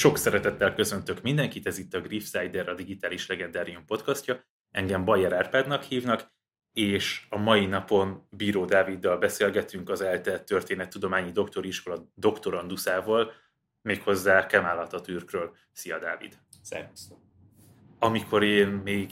Sok szeretettel köszöntök mindenkit, ez itt a Griffsider, a Digitális Legendárium podcastja. Engem Bajer Árpádnak hívnak, és a mai napon Bíró Dáviddal beszélgetünk az ELTE Történettudományi Doktoriskola doktoranduszával, méghozzá Kemal Atatürkről. Szia, Dávid! Szervusztok! Amikor én még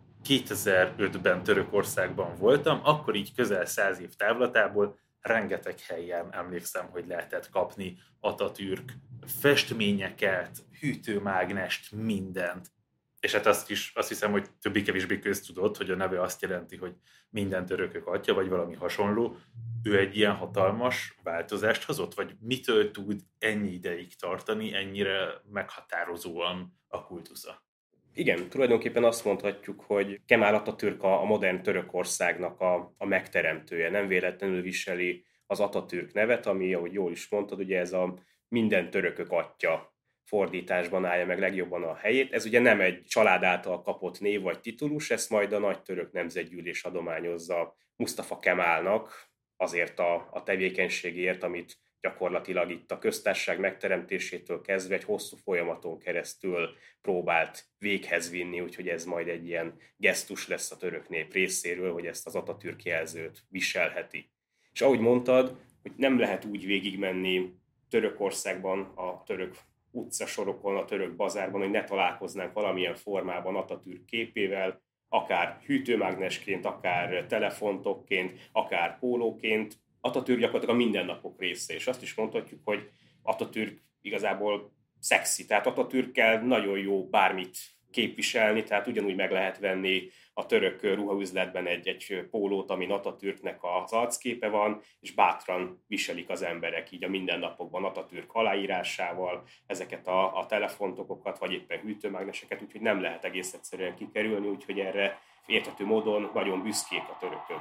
2005-ben Törökországban voltam, akkor így közel 100 év távlatából rengeteg helyen emlékszem, hogy lehetett kapni Atatürk festményeket, hűtőmágnest, mindent. És hát azt hiszem, hogy többé-kevésbé köztudott, hogy a neve azt jelenti, hogy minden törökök atya, vagy valami hasonló. Ő egy ilyen hatalmas változást hozott? Vagy mitől tud ennyi ideig tartani, ennyire meghatározóan a kultusza? Igen, tulajdonképpen azt mondhatjuk, hogy Kemal Atatürk a modern Törökországnak a megteremtője. Nem véletlenül viseli az Atatürk nevet, ami, ahogy jól is mondtad, ugye ez a minden törökök atya fordításban állja meg legjobban a helyét. Ez ugye nem egy család által kapott név vagy titulus, ezt majd a nagy török nemzetgyűlés adományozza Mustafa Kemalnak azért a tevékenységért, amit gyakorlatilag itt a köztársaság megteremtésétől kezdve egy hosszú folyamaton keresztül próbált véghez vinni, úgyhogy ez majd egy ilyen gesztus lesz a török nép részéről, hogy ezt az Atatürk jelzőt viselheti. És ahogy mondtad, hogy nem lehet úgy végigmenni Törökországban, a török utcasorokon, a török bazárban, hogy ne találkoznánk valamilyen formában Atatürk képével, akár hűtőmágnesként, akár telefontokként, akár pólóként. Atatürk gyakorlatilag a mindennapok része, és azt is mondhatjuk, hogy Atatürk igazából szexi, tehát Atatürkkel nagyon jó bármit képviselni, tehát ugyanúgy meg lehet venni a török ruhaüzletben egy pólót, amin Atatürknek az arcképe van, és bátran viselik az emberek így a mindennapokban Atatürk aláírásával ezeket a telefontokokat, vagy éppen hűtőmágneseket, úgyhogy nem lehet egész egyszerűen kikerülni, úgyhogy erre érthető módon nagyon büszkék a törökök.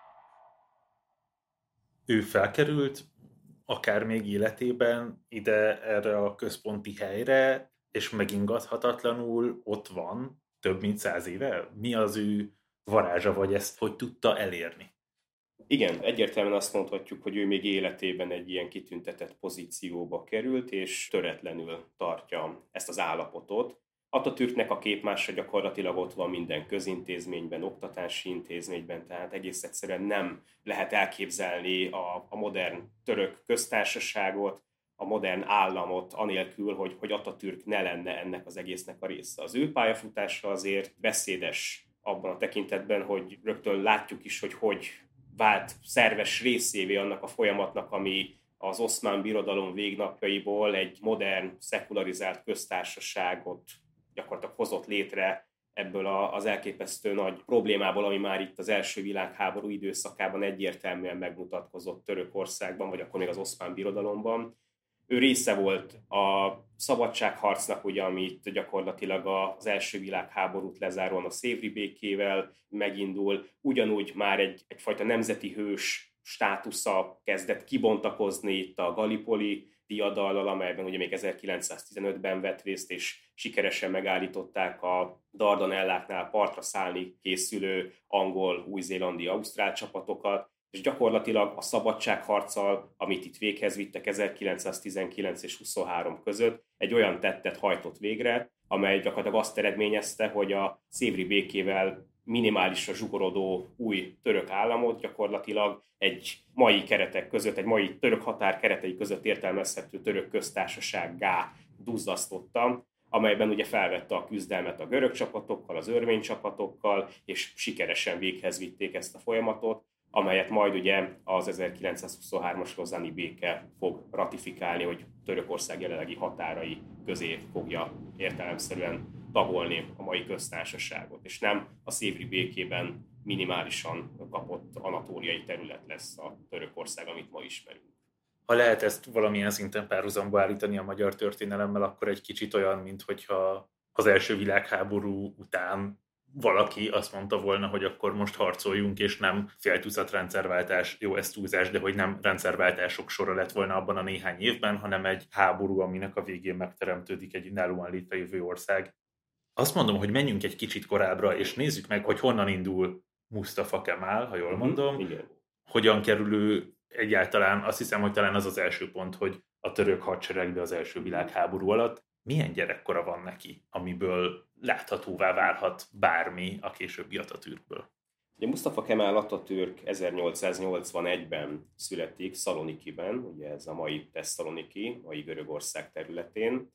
Ő felkerült, akár még életében ide erre a központi helyre, és megingathatatlanul ott van több mint 100 éve? Mi az ő varázsa, vagy ezt hogy tudta elérni? Igen, egyértelműen azt mondhatjuk, hogy ő még életében egy ilyen kitüntetett pozícióba került, és töretlenül tartja ezt az állapotot. Atatürknek a képmása gyakorlatilag ott van minden közintézményben, oktatási intézményben, tehát egész egyszerűen nem lehet elképzelni a modern török köztársaságot, a modern államot anélkül, hogy Atatürk ne lenne ennek az egésznek a része. Az ő pályafutása azért beszédes abban a tekintetben, hogy rögtön látjuk is, hogy vált szerves részévé annak a folyamatnak, ami az Oszmán Birodalom végnapjaiból egy modern, szekularizált köztársaságot gyakorlatilag hozott létre ebből az elképesztő nagy problémából, ami már itt az első világháború időszakában egyértelműen megmutatkozott Törökországban, vagy akkor még az Oszmán Birodalomban. Ő része volt a szabadságharcnak, ugye, amit gyakorlatilag az első világháborút lezáróan a szévri békével megindul. Ugyanúgy már egyfajta nemzeti hős státusza kezdett kibontakozni itt a Gallipoli diadallal, amelyben ugye még 1915-ben vett részt, és sikeresen megállították a Dardanelláknál partra szállni készülő angol, új-zélandi, ausztrál csapatokat, és gyakorlatilag a szabadságharccal, amit itt véghez vittek 1919 és 23 között, egy olyan tettet hajtott végre, amely gyakorlatilag azt eredményezte, hogy a szévri békével minimálisra zsugorodó új török államot gyakorlatilag egy mai keretek között, egy mai török határ keretei között értelmezhető török köztársasággá duzzasztotta, amelyben ugye felvette a küzdelmet a görög csapatokkal, az örmény csapatokkal, és sikeresen véghez vitték ezt a folyamatot, amelyet majd ugye az 1923-as lausanne-i béke fog ratifikálni, hogy Törökország jelenlegi határai közé fogja értelemszerűen tagolni a mai köztársaságot, és nem a szévri békében minimálisan kapott anatóliai terület lesz a Törökország, amit ma ismerünk. Ha lehet ezt valamilyen szinten párhuzamba állítani a magyar történelemmel, akkor egy kicsit olyan, minthogyha az első világháború után valaki azt mondta volna, hogy akkor most harcoljunk, és nem féltucat rendszerváltás, jó, ez túlzás, de hogy nem rendszerváltások sora lett volna abban a néhány évben, hanem egy háború, aminek a végén megteremtődik egy önállóan létrejövő ország. Azt mondom, hogy menjünk egy kicsit korábbra, és nézzük meg, hogy honnan indul Mustafa Kemal, ha jól mondom. Igen. Hogyan kerül ő egyáltalán, azt hiszem, hogy talán az az első pont, hogy a török hadseregbe az első világháború alatt. milyen gyerekkora van neki, amiből láthatóvá válhat bármi a későbbi Atatürkből? Ugye Mustafa Kemal Atatürk 1881-ben születik Szalonikiben, ugye ez a mai Tesszaloniki, mai Görögország területén,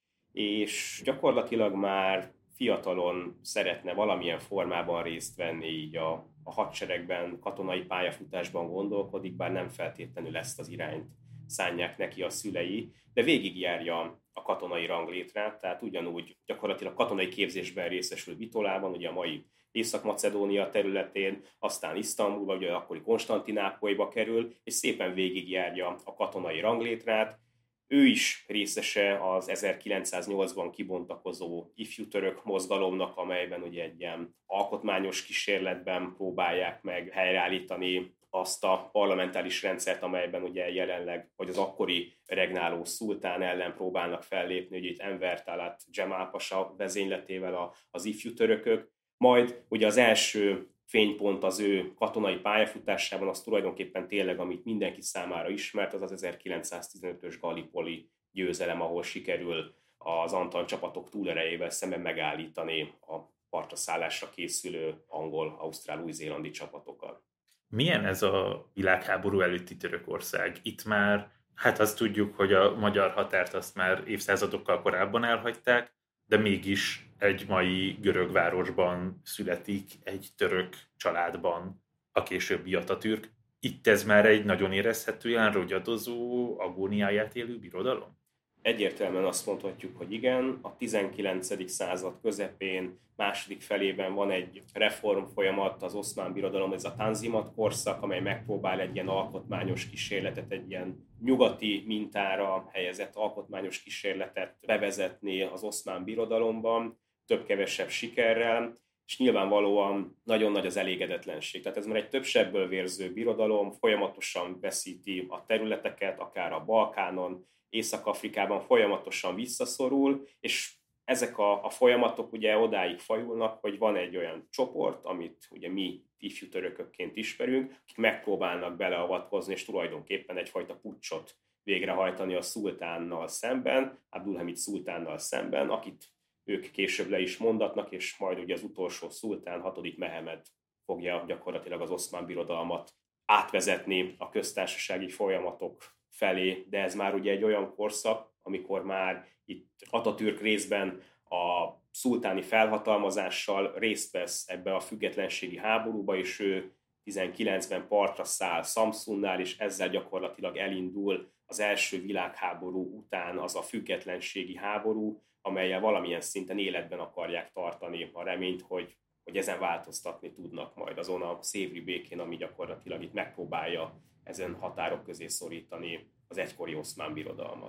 és gyakorlatilag már fiatalon szeretne valamilyen formában részt venni így a hadseregben, katonai pályafutásban gondolkodik, bár nem feltétlenül ezt az irányt szánják neki a szülei, de végigjárja a katonai ranglétrát, tehát ugyanúgy gyakorlatilag katonai képzésben részesül Bitolában, ugye a mai Észak-Macedónia területén, aztán Isztambulba, ugye akkori Konstantinápolyba kerül, és szépen végigjárja a katonai ranglétrát. Ő is részese az 1908-ban kibontakozó ifjú török mozgalomnak, amelyben ugye egy ilyen alkotmányos kísérletben próbálják meg helyreállítani azt a parlamentáris rendszert, amelyben ugye jelenleg, vagy az akkori regnáló szultán ellen próbálnak fellépni, ugye itt Enver Talat Cemal Pasa vezényletével az ifjú törökök. Majd ugye az első fénypont az ő katonai pályafutásában az tulajdonképpen tényleg, amit mindenki számára ismert, az az 1915-ös Gallipoli győzelem, ahol sikerül az antal csapatok túlerejével szemben megállítani a partra szállásra készülő angol, ausztrál, új-zélandi csapatokat. Milyen ez a világháború előtti Törökország? Itt már, hát azt tudjuk, hogy a magyar határt azt már évszázadokkal korábban elhagyták, de mégis egy mai görög városban születik, egy török családban a későbbi Atatürk. Itt ez már egy nagyon érezhetően rogyadozó, agóniáját élő birodalom? Egyértelműen azt mondhatjuk, hogy igen, a 19. század közepén, második felében van egy reform folyamat, az Oszmán Birodalom, ez a Tanzimat korszak, amely megpróbál egy ilyen alkotmányos kísérletet, egy ilyen nyugati mintára helyezett alkotmányos kísérletet bevezetni az Oszmán Birodalomban, több-kevesebb sikerrel, és nyilvánvalóan nagyon nagy az elégedetlenség. Tehát ez már egy több sebből vérző birodalom, folyamatosan veszíti a területeket, akár a Balkánon, Észak-Afrikában folyamatosan visszaszorul, és ezek a folyamatok ugye odáig fajulnak, hogy van egy olyan csoport, amit ugye mi ifjú törökökként ismerünk, akik megpróbálnak beleavatkozni, és tulajdonképpen egyfajta puccsot végrehajtani a szultánnal szemben, Abdulhamid szultánnal szemben, akit ők később le is mondatnak, és majd ugye az utolsó szultán, 6. Mehemed fogja gyakorlatilag az Oszmán Birodalmat átvezetni a köztársasági folyamatok felé, de ez már ugye egy olyan korszak, amikor már itt Atatürk részben a szultáni felhatalmazással részt vesz ebbe a függetlenségi háborúba, és ő 19-ben partra száll Szamszunnál, és ezzel gyakorlatilag elindul az első világháború után az a függetlenségi háború, amellyel valamilyen szinten életben akarják tartani a reményt, hogy ezen változtatni tudnak majd azon a szévri békén, ami gyakorlatilag itt megpróbálja ezen határok közé szorítani az egykori Oszmán Birodalmat.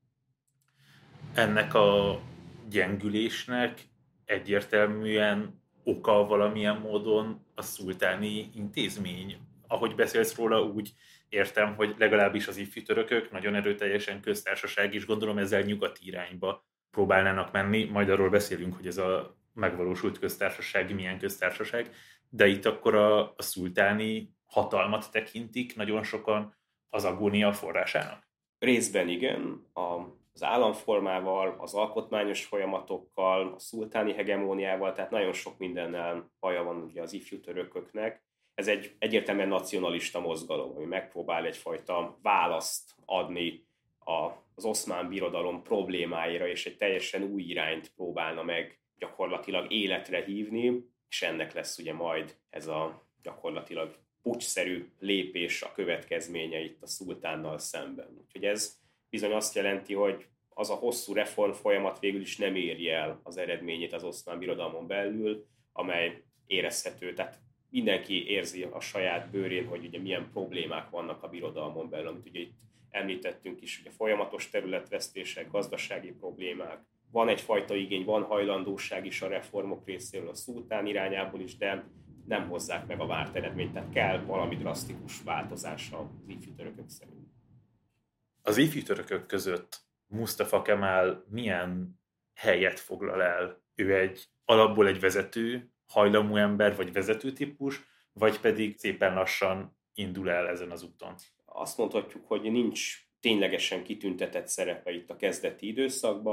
Ennek a gyengülésnek egyértelműen oka valamilyen módon a szultáni intézmény. Ahogy beszélsz róla, úgy értem, hogy legalábbis az ifjú törökök nagyon erőteljesen köztársaság, és gondolom ezzel nyugati irányba próbálnának menni, majd arról beszélünk, hogy ez a megvalósult köztársaság milyen köztársaság, de itt akkor a szultáni hatalmat tekintik nagyon sokan az agónia forrásának? Részben igen, az államformával, az alkotmányos folyamatokkal, a szultáni hegemóniával, tehát nagyon sok mindennel baja van ugye az ifjú törököknek. Ez egy egyértelműen nacionalista mozgalom, ami megpróbál egyfajta választ adni az Oszmán Birodalom problémáira, és egy teljesen új irányt próbálna meg gyakorlatilag életre hívni, és ennek lesz ugye majd ez a gyakorlatilag puccsszerű lépés a következménye itt a szultánnal szemben. Úgyhogy ez bizony azt jelenti, hogy az a hosszú reform folyamat végül is nem éri el az eredményét az Oszmán Birodalmon belül, amely érezhető. Tehát mindenki érzi a saját bőrén, hogy ugye milyen problémák vannak a birodalmon belül, amit ugye itt említettünk is, ugye folyamatos területvesztések, gazdasági problémák, van egyfajta igény, van hajlandóság is a reformok részéről a szultán irányából is, de nem hozzák meg a várt eredményt, tehát kell valami drasztikus változás az ifjú törökök szerint. Az ifjú törökök között Mustafa Kemal milyen helyet foglal el? Ő alapból egy vezető hajlamú ember, vagy vezető típus, vagy pedig szépen lassan indul el ezen az úton? Azt mondhatjuk, hogy nincs ténylegesen kitüntetett szerepe itt a kezdeti időszakban.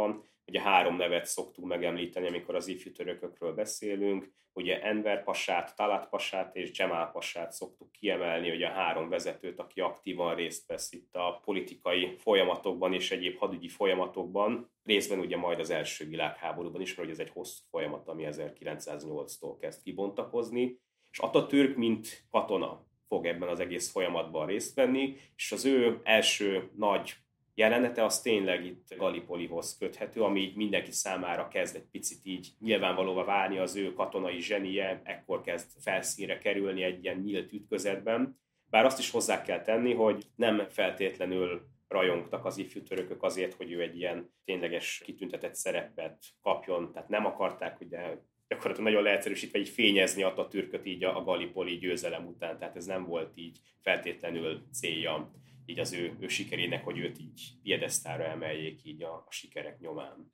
Ugye 3 nevet szoktunk megemlíteni, amikor az ifjú törökökről beszélünk. Ugye Enver pasát, Talat pasát és Cemal pasát szoktuk kiemelni, hogy a 3 vezetőt, aki aktívan részt vesz itt a politikai folyamatokban és egyéb hadügyi folyamatokban, részben ugye majd az első világháborúban is, mert ez egy hosszú folyamat, ami 1908-tól kezd kibontakozni, és Atatürk, mint katona fog ebben az egész folyamatban részt venni, és az ő első nagy jelenete az tényleg itt Gallipolihoz köthető, ami így mindenki számára kezd egy picit így nyilvánvalóvá válni, az ő katonai zsenie ekkor kezd felszínre kerülni egy ilyen nyílt ütközetben. Bár azt is hozzá kell tenni, hogy nem feltétlenül rajongtak az ifjú törökök azért, hogy ő egy ilyen tényleges kitüntetett szerepet kapjon, tehát nem akarták, ugye gyakorlatilag nagyon leegyszerűsítve így fényezni Atatürköt így a Gallipoli győzelem után, tehát ez nem volt így feltétlenül célja így az ő sikerének, hogy őt így piedesztára emeljék így a sikerek nyomán.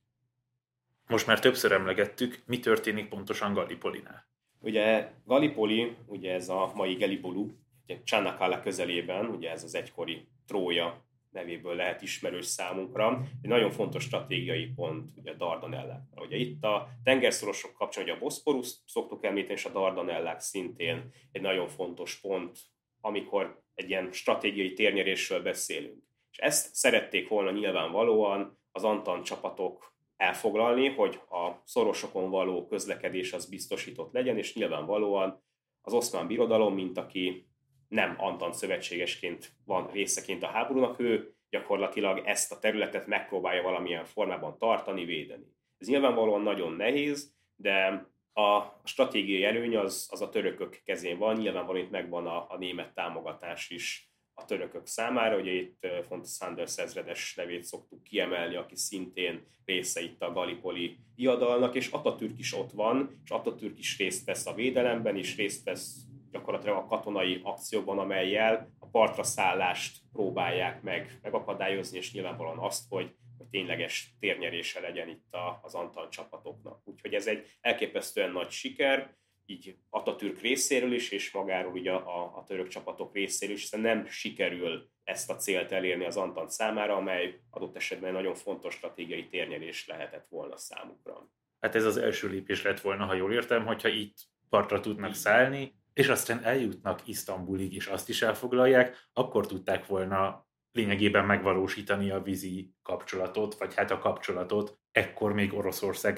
Most már többször emlegettük, mi történik pontosan Gallipolinál. Ugye Gallipoli, ugye ez a mai Gelibolu, ugye Csanakkale közelében, ugye ez az egykori Trója nevéből lehet ismerős számunkra, egy nagyon fontos stratégiai pont, ugye a Dardanellák. Ugye itt a tengerszorosok kapcsán, ugye a Boszporuszt szoktuk említeni, és a Dardanellák szintén egy nagyon fontos pont, amikor egy ilyen stratégiai térnyerésről beszélünk. És ezt szerették volna nyilvánvalóan az antant csapatok elfoglalni, hogy a szorosokon való közlekedés az biztosított legyen, és nyilvánvalóan az Oszmán Birodalom, mint aki nem antant szövetségesként van részeként a háborúnak, ő gyakorlatilag ezt a területet megpróbálja valamilyen formában tartani, védeni. Ez nyilvánvalóan nagyon nehéz, de a stratégiai előny az a törökök kezén van, nyilvánvalóan itt megvan a német támogatás is a törökök számára, ugye itt Fontes Sanders ezredes nevét szoktuk kiemelni, aki szintén része itt a Gallipoli diadalnak, és Atatürk is ott van, és Atatürk is részt vesz a védelemben, és részt vesz gyakorlatilag a katonai akcióban, amellyel a partra szállást próbálják megakadályozni, és nyilvánvalóan azt, hogy tényleges térnyerése legyen itt az antant csapatoknak. Úgyhogy ez egy elképesztően nagy siker, így Atatürk részéről is, és magáról ugye a török csapatok részéről is, hiszen nem sikerül ezt a célt elérni az antant számára, amely adott esetben egy nagyon fontos stratégiai térnyerés lehetett volna számukra. Hát ez az első lépés lett volna, ha jól értem, hogyha itt partra tudnak szállni, és aztán eljutnak Isztambulig, és azt is elfoglalják, akkor tudták volna lényegében megvalósítani a vízi kapcsolatot, vagy hát a kapcsolatot. Ekkor még Oroszország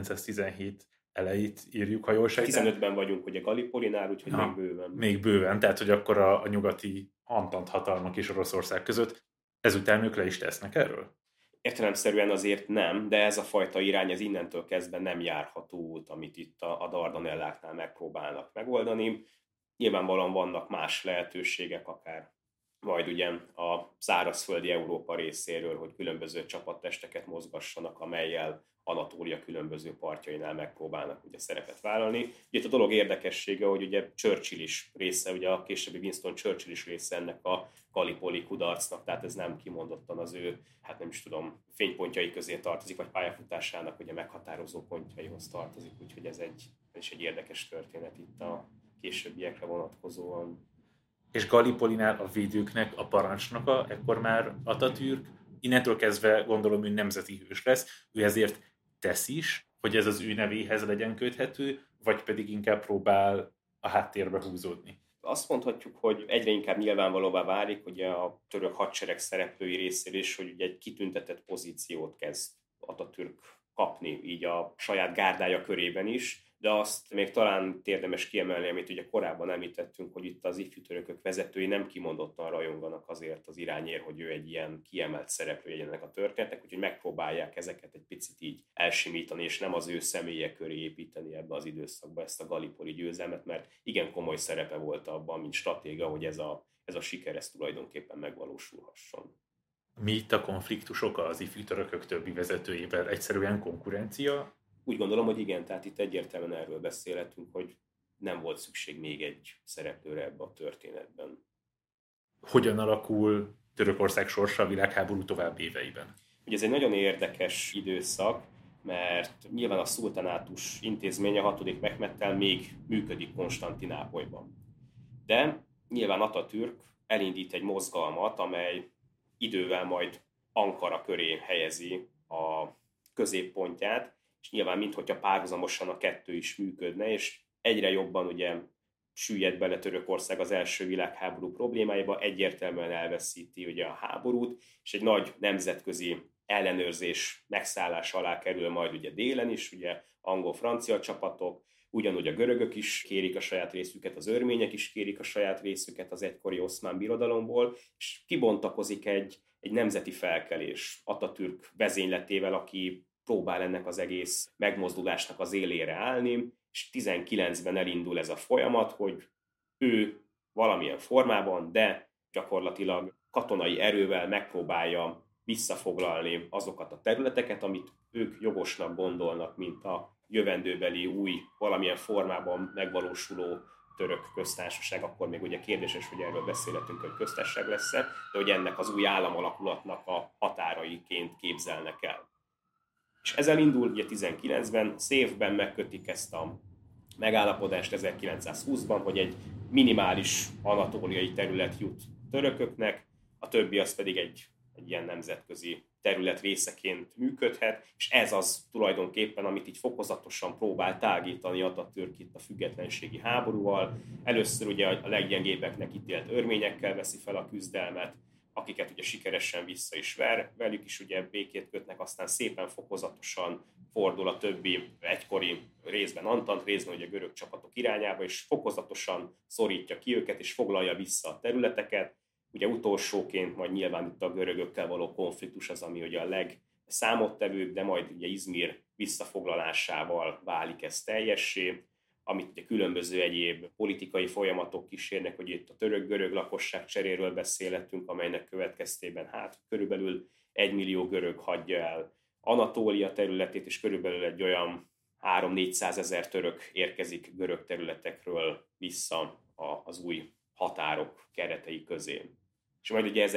1917 elejét írjuk, ha jól sejtem. 15-ben vagyunk ugye Gallipolinál, úgyhogy még bőven. Még bőven, tehát hogy akkor a nyugati antant hatalmak és Oroszország között ezután ők le is tesznek erről? Értelemszerűen azért nem, de ez a fajta irány ez innentől kezdve nem járható út, amit itt a Dardanelláknál megpróbálnak megoldani. Nyilvánvalóan vannak más lehetőségek, akár majd ugye a szárazföldi Európa részéről, hogy különböző csapattesteket mozgassanak, amellyel Anatólia különböző partjainál megpróbálnak ugye szerepet vállalni. Ugye itt a dolog érdekessége, hogy ugye Churchill is része, ugye a későbbi Winston Churchill is része ennek a Gallipoli kudarcnak, tehát ez nem kimondottan az ő, hát nem is tudom, fénypontjai közé tartozik, vagy pályafutásának ugye meghatározó pontjaihoz tartozik, úgyhogy ez is egy érdekes történet itt a későbbiekre vonatkozóan. És Gallipolinál a védőknek a parancsnoka, ekkor már Atatürk, innentől kezdve gondolom ő nemzeti hős lesz, ő ezért tesz is, hogy ez az ő nevéhez legyen köthető, vagy pedig inkább próbál a háttérbe húzódni. Azt mondhatjuk, hogy egyre inkább nyilvánvalóvá válik ugye a török hadsereg szereplői részéről is, hogy ugye egy kitüntetett pozíciót kezd Atatürk kapni így a saját gárdája körében is, de azt még talán érdemes kiemelni, amit ugye korábban említettünk, hogy itt az ifjú törökök vezetői nem kimondottan rajonganak azért az irányért, hogy ő egy ilyen kiemelt szereplője ennek a történetnek, úgyhogy megpróbálják ezeket egy picit így elsimítani, és nem az ő személye köré építeni ebbe az időszakba ezt a Gallipoli győzelmet, mert igen komoly szerepe volt abban, mint stratéga, hogy ez a siker ez tulajdonképpen megvalósulhasson. Mi itt a konfliktusok az ifjú törökök többi vezetőjével? Egyszerűen konkurencia? Úgy gondolom, hogy igen, tehát itt egyértelműen erről beszélhetünk, hogy nem volt szükség még egy szereplőre ebbe a történetben. Hogyan alakul Törökország sorsa a világháború további éveiben? Ugye ez egy nagyon érdekes időszak, mert nyilván a szultanátus intézménye 6. Mehmettel még működik Konstantinápolyban. De nyilván Atatürk elindít egy mozgalmat, amely idővel majd Ankara köré helyezi a középpontját, és nyilván minthogyha párhuzamosan a kettő is működne, és egyre jobban ugye süllyed bele Törökország az első világháború problémáiba, egyértelműen elveszíti ugye a háborút, és egy nagy nemzetközi ellenőrzés megszállás alá kerül majd ugye délen is, ugye angol-francia csapatok, ugyanúgy a görögök is kérik a saját részüket, az örmények is kérik a saját részüket az egykori oszmán birodalomból, és kibontakozik egy nemzeti felkelés Atatürk vezényletével, aki próbál ennek az egész megmozdulásnak az élére állni, és 19-ben elindul ez a folyamat, hogy ő valamilyen formában, de gyakorlatilag katonai erővel megpróbálja visszafoglalni azokat a területeket, amit ők jogosnak gondolnak, mint a jövendőbeli új, valamilyen formában megvalósuló török köztársaság. Akkor még ugye kérdéses, hogy erről beszélhetünk, hogy köztársaság lesz-e, de hogy ennek az új államalakulatnak a határaiként képzelnek el. És ezzel indul ugye 19-ben, Szévben megkötik ezt a megállapodást 1920-ban, hogy egy minimális anatóliai terület jut törököknek, a többi az pedig egy ilyen nemzetközi terület részeként működhet, és ez az tulajdonképpen, amit így fokozatosan próbál tágítani Atatürk itt a függetlenségi háborúval. Először ugye a leggyengébbeknek ítélt örményekkel veszi fel a küzdelmet, akiket ugye sikeresen vissza is ver, velük is ugye békét kötnek, aztán szépen fokozatosan fordul a többi egykori részben Antant, részben ugye a görög csapatok irányába, és fokozatosan szorítja ki őket, és foglalja vissza a területeket. Ugye utolsóként majd nyilván itt a görögökkel való konfliktus az, ami ugye a legszámottevőbb, de majd ugye Izmir visszafoglalásával válik ez teljessé, amit ugye különböző egyéb politikai folyamatok kísérnek, hogy itt a török-görög lakosság cseréről beszélhetünk, amelynek következtében körülbelül 1 millió görög hagyja el Anatólia területét, és körülbelül egy olyan 300-400 ezer török érkezik görög területekről vissza az új határok keretei közé. És majd ugye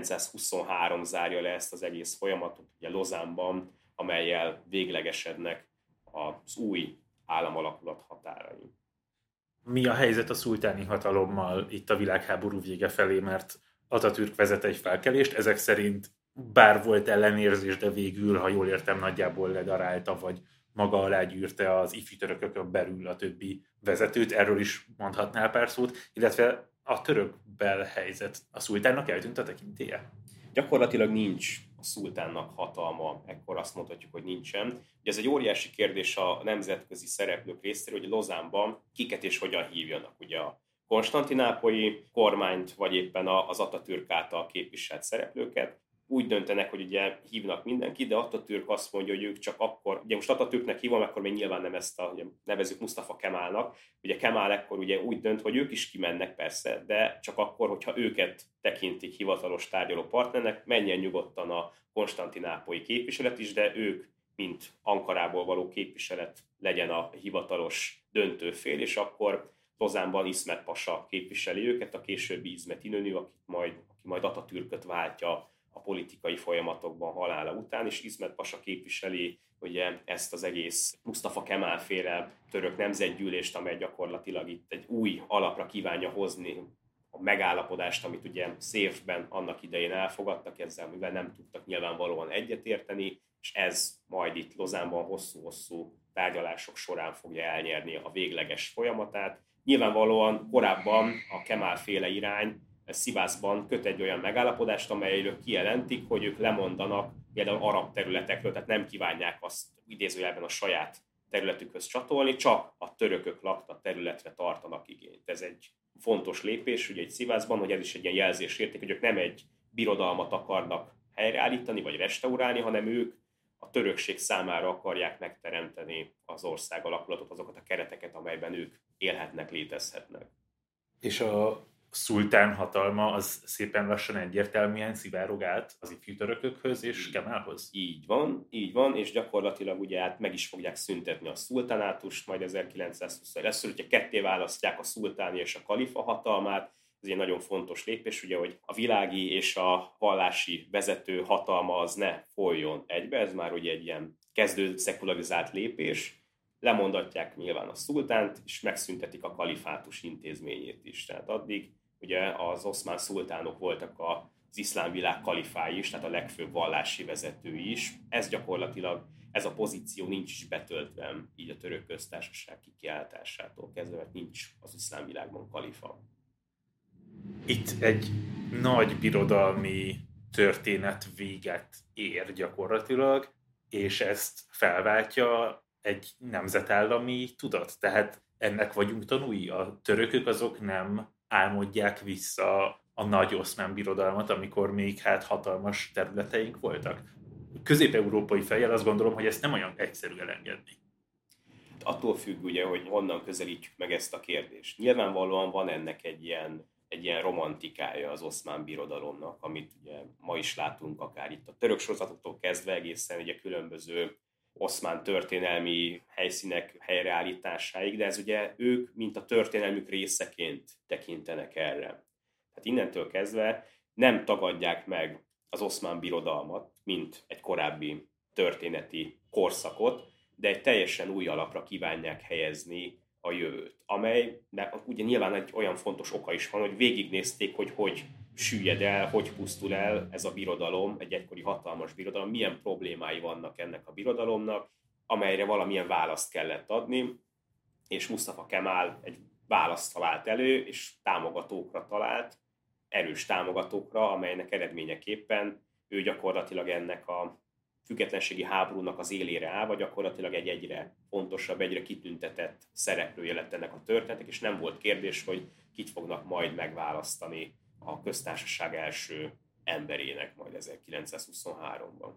1923 zárja le ezt az egész folyamatot, ugye Lozánban, amellyel véglegesednek az új államalakulat határai. Mi a helyzet a szultáni hatalommal itt a világháború vége felé, mert Atatürk vezet egy felkelést, ezek szerint bár volt ellenérzés, de végül, ha jól értem, nagyjából ledarálta, vagy maga alá gyűrte az ifjú törökökön belül a többi vezetőt, erről is mondhatnál pár szót, illetve a török belhelyzet, a szultánnak eltűnt a tekintélye? Gyakorlatilag nincs a szultánnak hatalma, ekkor azt mondhatjuk, hogy nincsen. Ugye ez egy óriási kérdés a nemzetközi szereplők részéről, hogy Lozánban kiket és hogyan hívjanak. Ugye a konstantinápolyi kormányt, vagy éppen az Atatürk által képviselt szereplőket. Úgy döntenek, hogy ugye hívnak mindenkit, de Atatürk azt mondja, hogy ők csak akkor, ugye most Atatürknek hívom, akkor még nyilván nem ezt ugye nevezzük Mustafa Kemálnak. Ugye Kemál ekkor ugye úgy dönt, hogy ők is kimennek persze, de csak akkor, hogyha őket tekintik hivatalos tárgyaló partnernek, menjen nyugodtan a konstantinápolyi képviselet is, de ők, mint Ankarából való képviselet legyen a hivatalos döntőfél, és akkor Lozánban Ismet pasa képviseli őket, a későbbi İsmet İnönü, aki majd Atatürköt váltja a politikai folyamatokban halála után, és İsmet pasa képviseli ugye ezt az egész Mustafa Kemal féle török nemzetgyűlést, amely gyakorlatilag itt egy új alapra kívánja hozni a megállapodást, amit ugye Szévben annak idején elfogadtak, ezzel mivel nem tudtak nyilvánvalóan egyetérteni, és ez majd itt Lozánban hosszú-hosszú tárgyalások során fogja elnyerni a végleges folyamatát. Nyilvánvalóan korábban a Kemal féle irány Szivászban köt egy olyan megállapodást, amelyről kijelentik, hogy ők lemondanak például arab területekről, tehát nem kívánják azt idézőjelben a saját területükhöz csatolni, csak a törökök lakta területre tartanak igényt. Ez egy fontos lépés, ugye egy Szivászban, hogy ez is egy ilyen jelzésérték, hogy ők nem egy birodalmat akarnak helyreállítani vagy restaurálni, hanem ők a törökség számára akarják megteremteni az ország alakulatot, azokat a kereteket, amelyben ők élhetnek, létezhetnek. És a szultán hatalma az szépen lassan egyértelműen szivárog át az ifjú törökökhöz és Kemálhoz. Így van, és gyakorlatilag ugye hát meg is fogják szüntetni a szultánátust, majd 1920 lesz, hogyha ketté választják a szultáni és a kalifa hatalmát. Ez egy nagyon fontos lépés, ugye, hogy a világi és a vallási vezető hatalma az ne folyjon egybe, ez már ugye egy ilyen kezdő szekularizált lépés. Lemondatják nyilván a szultánt, és megszüntetik a kalifátus intézményét is. Tehát addig ugye az oszmán szultánok voltak az iszlám világ kalifái is, tehát a legfőbb vallási vezetői is. Ez gyakorlatilag ez a pozíció nincs is betöltve így a török köztársaság kikiáltásától kezdve, mert nincs az iszlám világban kalifa. Itt egy nagy birodalmi történet véget ér gyakorlatilag, és ezt felváltja egy nemzetállami tudat. Tehát ennek vagyunk tanúi. A törökök azok nem álmodják vissza a nagy oszmán birodalmat, amikor még hatalmas területeink voltak. Közép-európai fejjel azt gondolom, hogy ezt nem olyan egyszerű elengedni. Attól függ ugye, hogy honnan közelítjük meg ezt a kérdést. Nyilvánvalóan van ennek egy ilyen romantikája az oszmán birodalomnak, amit ugye ma is látunk akár itt a török sorozatoktól kezdve egészen ugye különböző oszmán történelmi helyszínek helyreállításáig, de ez ugye ők, mint a történelmük részeként tekintenek erre. Tehát innentől kezdve nem tagadják meg az oszmán birodalmat, mint egy korábbi történeti korszakot, de egy teljesen új alapra kívánják helyezni a jövőt, amely ugye nyilván egy olyan fontos oka is van, hogy végignézték, hogy süllyed el, hogy pusztul el ez a birodalom, egy egykori hatalmas birodalom, milyen problémái vannak ennek a birodalomnak, amelyre valamilyen választ kellett adni, és Mustafa Kemal egy választ talált elő, és támogatókra talált, erős támogatókra, amelynek eredményeképpen ő gyakorlatilag ennek a függetlenségi háborúnak az élére áll, vagy gyakorlatilag egy egyre fontosabb, egyre kitüntetett szereplője lett ennek a történetek, és nem volt kérdés, hogy kit fognak majd megválasztani a köztársaság első emberének majd 1923-ban.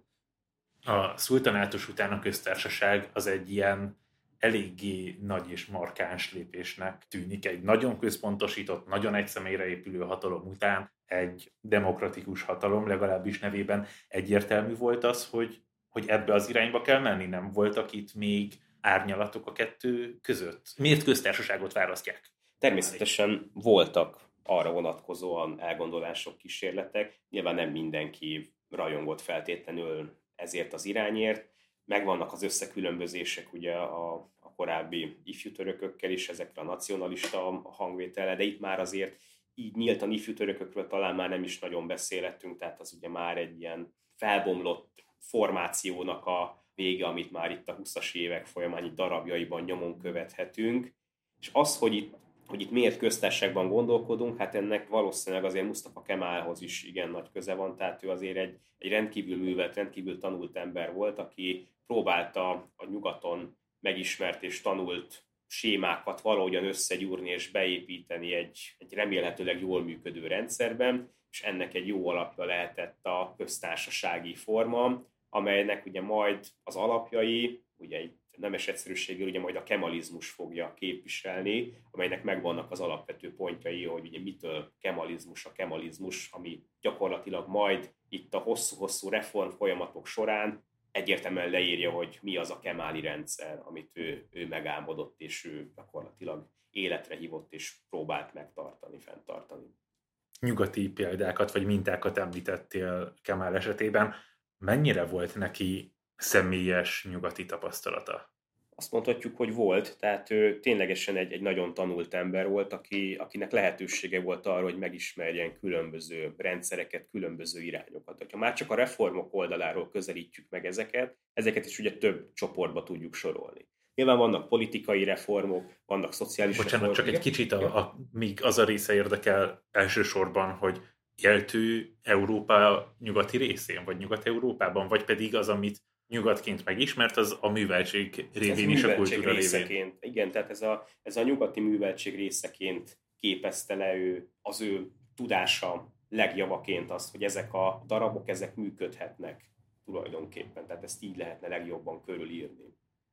A szultanátus után a köztársaság az egy ilyen eléggé nagy és markáns lépésnek tűnik. Egy nagyon központosított, nagyon egy személyre épülő hatalom után egy demokratikus hatalom, legalábbis nevében egyértelmű volt az, hogy ebbe az irányba kell menni. Nem voltak itt még árnyalatok a kettő között? Miért köztársaságot választják? Természetesen voltak arra vonatkozóan elgondolások, kísérletek. Nyilván nem mindenki rajongott feltétlenül ezért az irányért. Megvannak az összekülönbözések ugye a korábbi ifjú törökökkel is, ezekre a nacionalista hangvétellel, de itt már azért így nyíltan ifjú törökökről talán már nem is nagyon beszélhetünk, tehát az ugye már egy ilyen felbomlott formációnak a vége, amit már itt a 20-as évek folyamán így darabjaiban nyomon követhetünk. És az, hogy itt miért köztársaságban gondolkodunk, hát ennek valószínűleg azért Mustafa Kemalhoz is igen nagy köze van, tehát ő azért egy rendkívül művelt, rendkívül tanult ember volt, aki próbálta a nyugaton megismert és tanult sémákat valahogyan összegyúrni és beépíteni egy remélhetőleg jól működő rendszerben, és ennek egy jó alapja lehetett a köztársasági forma, amelynek ugye majd az alapjai, ugye egy nemes egyszerűséggel ugye majd a kemalizmus fogja képviselni, amelynek megvannak az alapvető pontjai, hogy ugye mitől a kemalizmus, ami gyakorlatilag majd itt a hosszú-hosszú reform folyamatok során egyértelműen leírja, hogy mi az a kemáli rendszer, amit ő megálmodott, és ő gyakorlatilag életre hívott, és próbált megtartani, fenntartani. Nyugati példákat vagy mintákat említettél Kemal esetében. Mennyire volt neki személyes nyugati tapasztalata? Azt mondhatjuk, hogy volt, tehát ő ténylegesen egy nagyon tanult ember volt, akinek lehetősége volt arra, hogy megismerjen különböző rendszereket, különböző irányokat. Ha már csak a reformok oldaláról közelítjük meg ezeket is ugye több csoportba tudjuk sorolni. Nyilván vannak politikai reformok, vannak szociális reformok. Csak egy kicsit, míg az a része érdekel elsősorban, hogy élt ő Európa nyugati részén, vagy Nyugat-Európában, vagy pedig az, amit nyugatként megismert, az a műveltség révén is, a kultúra révén. Igen, tehát ez a nyugati műveltség részeként képezte le az ő tudása legjavaként azt, hogy ezek a darabok, ezek működhetnek tulajdonképpen. Tehát ezt így lehetne legjobban körülírni.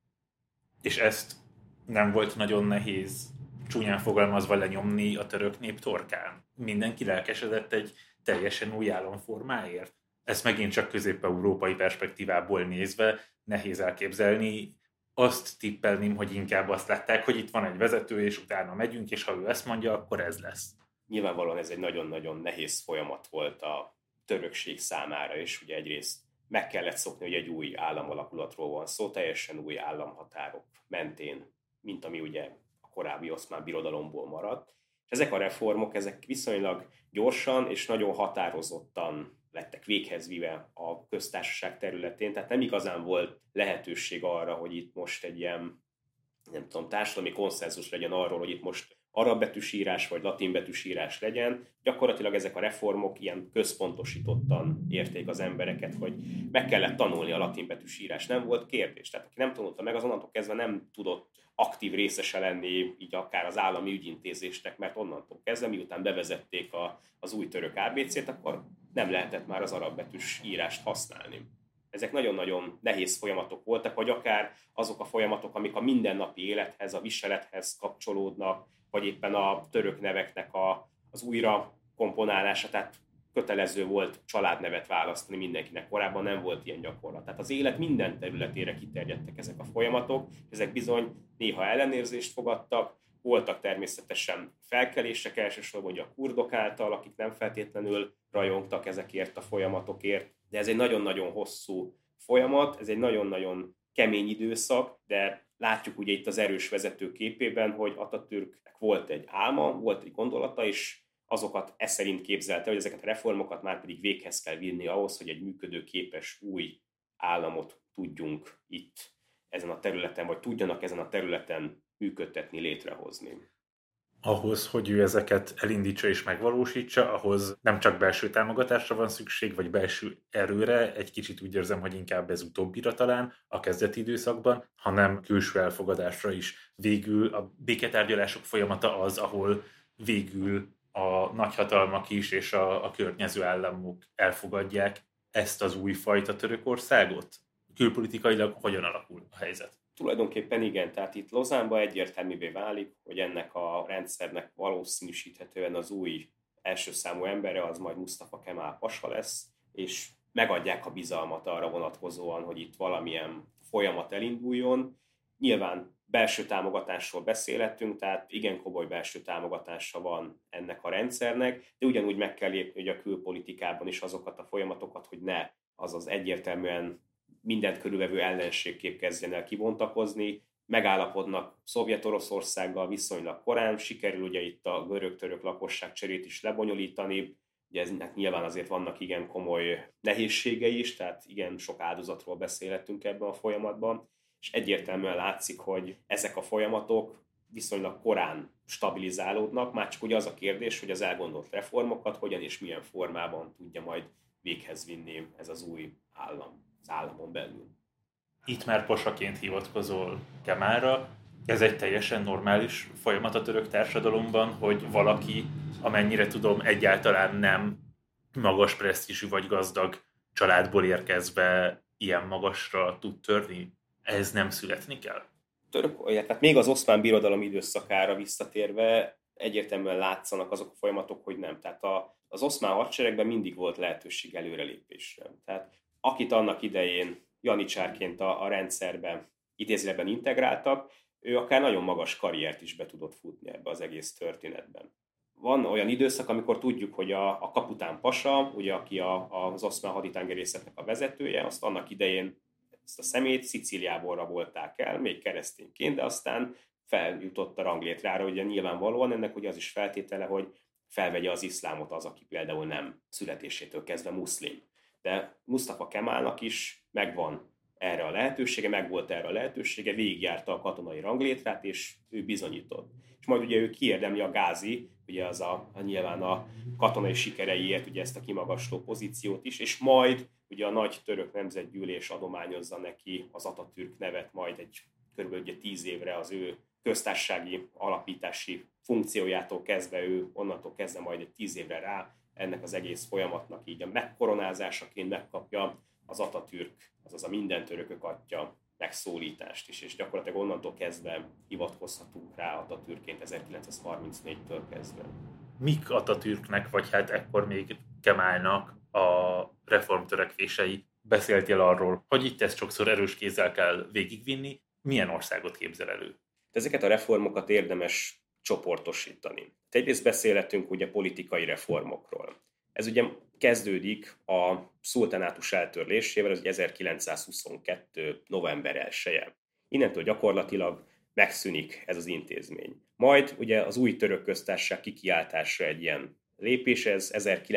És ezt nem volt nagyon nehéz csúnyán fogalmazva lenyomni a török nép torkán? Mindenki lelkesedett egy teljesen új államformáért? Ezt megint csak közép-európai perspektívából nézve nehéz elképzelni. Azt tippelném, hogy inkább azt látták, hogy itt van egy vezető, és utána megyünk, és ha ő ezt mondja, akkor ez lesz. Nyilvánvalóan ez egy nagyon-nagyon nehéz folyamat volt a törökség számára, és ugye egyrészt meg kellett szokni, hogy egy új államalakulatról van szó, teljesen új államhatárok mentén, mint ami ugye a korábbi oszmán birodalomból maradt. És ezek a reformok, ezek viszonylag gyorsan és nagyon határozottan lettek véghez vive a köztársaság területén, tehát nem igazán volt lehetőség arra, hogy itt most egy ilyen, nem tudom, társadalmi konszenzus legyen arról, hogy itt most arab betűs írás vagy latin betűs írás legyen. Gyakorlatilag ezek a reformok ilyen központosítottan érték az embereket, hogy meg kellett tanulni a latin betűs írás. Nem volt kérdés. Tehát aki nem tanulta meg, az onnantól kezdve nem tudott aktív részese lenni így akár az állami ügyintézésnek, mert onnantól kezdve, miután bevezették az új török ABC-t, akkor nem lehetett már az arab betűs írást használni. Ezek nagyon-nagyon nehéz folyamatok voltak, vagy akár azok a folyamatok, amik a mindennapi élethez, a viselethez kapcsolódnak, vagy éppen a török neveknek az újra komponálása, tehát kötelező volt családnevet választani mindenkinek. Korábban nem volt ilyen gyakorlat. Tehát az élet minden területére kiterjedtek ezek a folyamatok, ezek bizony néha ellenérzést fogadtak, voltak természetesen felkelések elsősorban ugye a kurdok által, akik nem feltétlenül rajongtak ezekért a folyamatokért, de ez egy nagyon-nagyon hosszú folyamat, ez egy nagyon-nagyon kemény időszak, de látjuk ugye itt az erős vezető képében, hogy Atatürknek volt egy álma, volt egy gondolata, és azokat szerint képzelte, hogy ezeket a reformokat már pedig véghez kell vinni ahhoz, hogy egy működőképes új államot tudjunk itt ezen a területen, vagy tudjanak ezen a területen működtetni, létrehozni. Ahhoz, hogy ő ezeket elindítsa és megvalósítsa, ahhoz nem csak belső támogatásra van szükség, vagy belső erőre, egy kicsit úgy érzem, hogy inkább ez utóbbira talán a kezdeti időszakban, hanem külső elfogadásra is. Végül a béketárgyalások folyamata az, ahol végül a nagyhatalmak is és a környező államok elfogadják ezt az újfajta Törökországot? Külpolitikailag hogyan alakul a helyzet? Tulajdonképpen igen, tehát itt Lozánban egyértelművé válik, hogy ennek a rendszernek valószínűsíthetően az új első számú embere az majd Mustafa Kemal Pasa lesz, és megadják a bizalmat arra vonatkozóan, hogy itt valamilyen folyamat elinduljon. Nyilván belső támogatásról beszélhetünk, tehát igen komoly belső támogatása van ennek a rendszernek, de ugyanúgy meg kell lépni hogy a külpolitikában is azokat a folyamatokat, hogy ne azaz egyértelműen mindent körülvevő ellenségkép kezdjen el kibontakozni, megállapodnak Szovjet-Oroszországgal viszonylag korán, sikerül ugye itt a görög-török lakosságcserét is lebonyolítani, ugye eznek nyilván azért vannak igen komoly nehézségei is, tehát igen sok áldozatról beszélhetünk ebben a folyamatban, és egyértelműen látszik, hogy ezek a folyamatok viszonylag korán stabilizálódnak, már csak ugye az a kérdés, hogy az elgondolt reformokat hogyan és milyen formában tudja majd véghez vinni ez az új állam. Az államon belül. Itt már Pasaként hivatkozol Kemalra. Ez egy teljesen normális folyamat a török társadalomban, hogy valaki, amennyire tudom, egyáltalán nem magas presztízsű vagy gazdag családból érkezve ilyen magasra tud törni. Ez nem születni kell? Tehát még az Oszmán Birodalom időszakára visszatérve egyértelműen látszanak azok a folyamatok, hogy nem. Tehát az oszmán hadseregben mindig volt lehetőség előrelépésre. Tehát akit annak idején janicsárként a rendszerben idézőjelben integráltak, ő akár nagyon magas karriert is be tudott futni ebbe az egész történetben. Van olyan időszak, amikor tudjuk, hogy a kapután Pasa, ugye, aki az oszmán haditengerészetnek a vezetője, azt annak idején ezt a szemét Szicíliából rabolták el, még keresztényként, de aztán feljutott a ranglétrára, ugye nyilvánvalóan ennek ugye az is feltétele, hogy felvegye az iszlámot az, aki például nem születésétől kezdve muszlim. De Mustafa Kemalnak is megvan erre a lehetősége, megvolt erre a lehetősége, végigjárta a katonai ranglétrát, és ő bizonyított. És majd ugye ő kiérdemli a Gázi, ugye az nyilván a katonai sikereiért ugye ezt a kimagasló pozíciót is, és majd ugye a nagy török nemzetgyűlés adományozza neki az Atatürk nevet, majd egy körülbelül ugye 10 évre az ő köztársasági alapítási funkciójától kezdve, ő onnantól kezdve majd egy 10 évre rá ennek az egész folyamatnak így a megkoronázásaként megkapja az Atatürk, azaz a minden törökök atya megszólítást is, és gyakorlatilag onnantól kezdve hivatkozhatunk rá Atatürkként 1934-től kezdve. Mik Atatürknek, vagy hát ekkor még Kemalnak a reformtörekvései? Beszéltél arról, hogy itt ezt sokszor erős kézzel kell végigvinni. Milyen országot képzel elő? Ezeket a reformokat érdemes csoportosítani. Egyrészt beszélhetünk ugye politikai reformokról. Ez ugye kezdődik a szultánátus eltörlésével, az 1922. november 1-je. Innentől gyakorlatilag megszűnik ez az intézmény. Majd ugye az új török köztársaság kikiáltása egy ilyen lépés, ez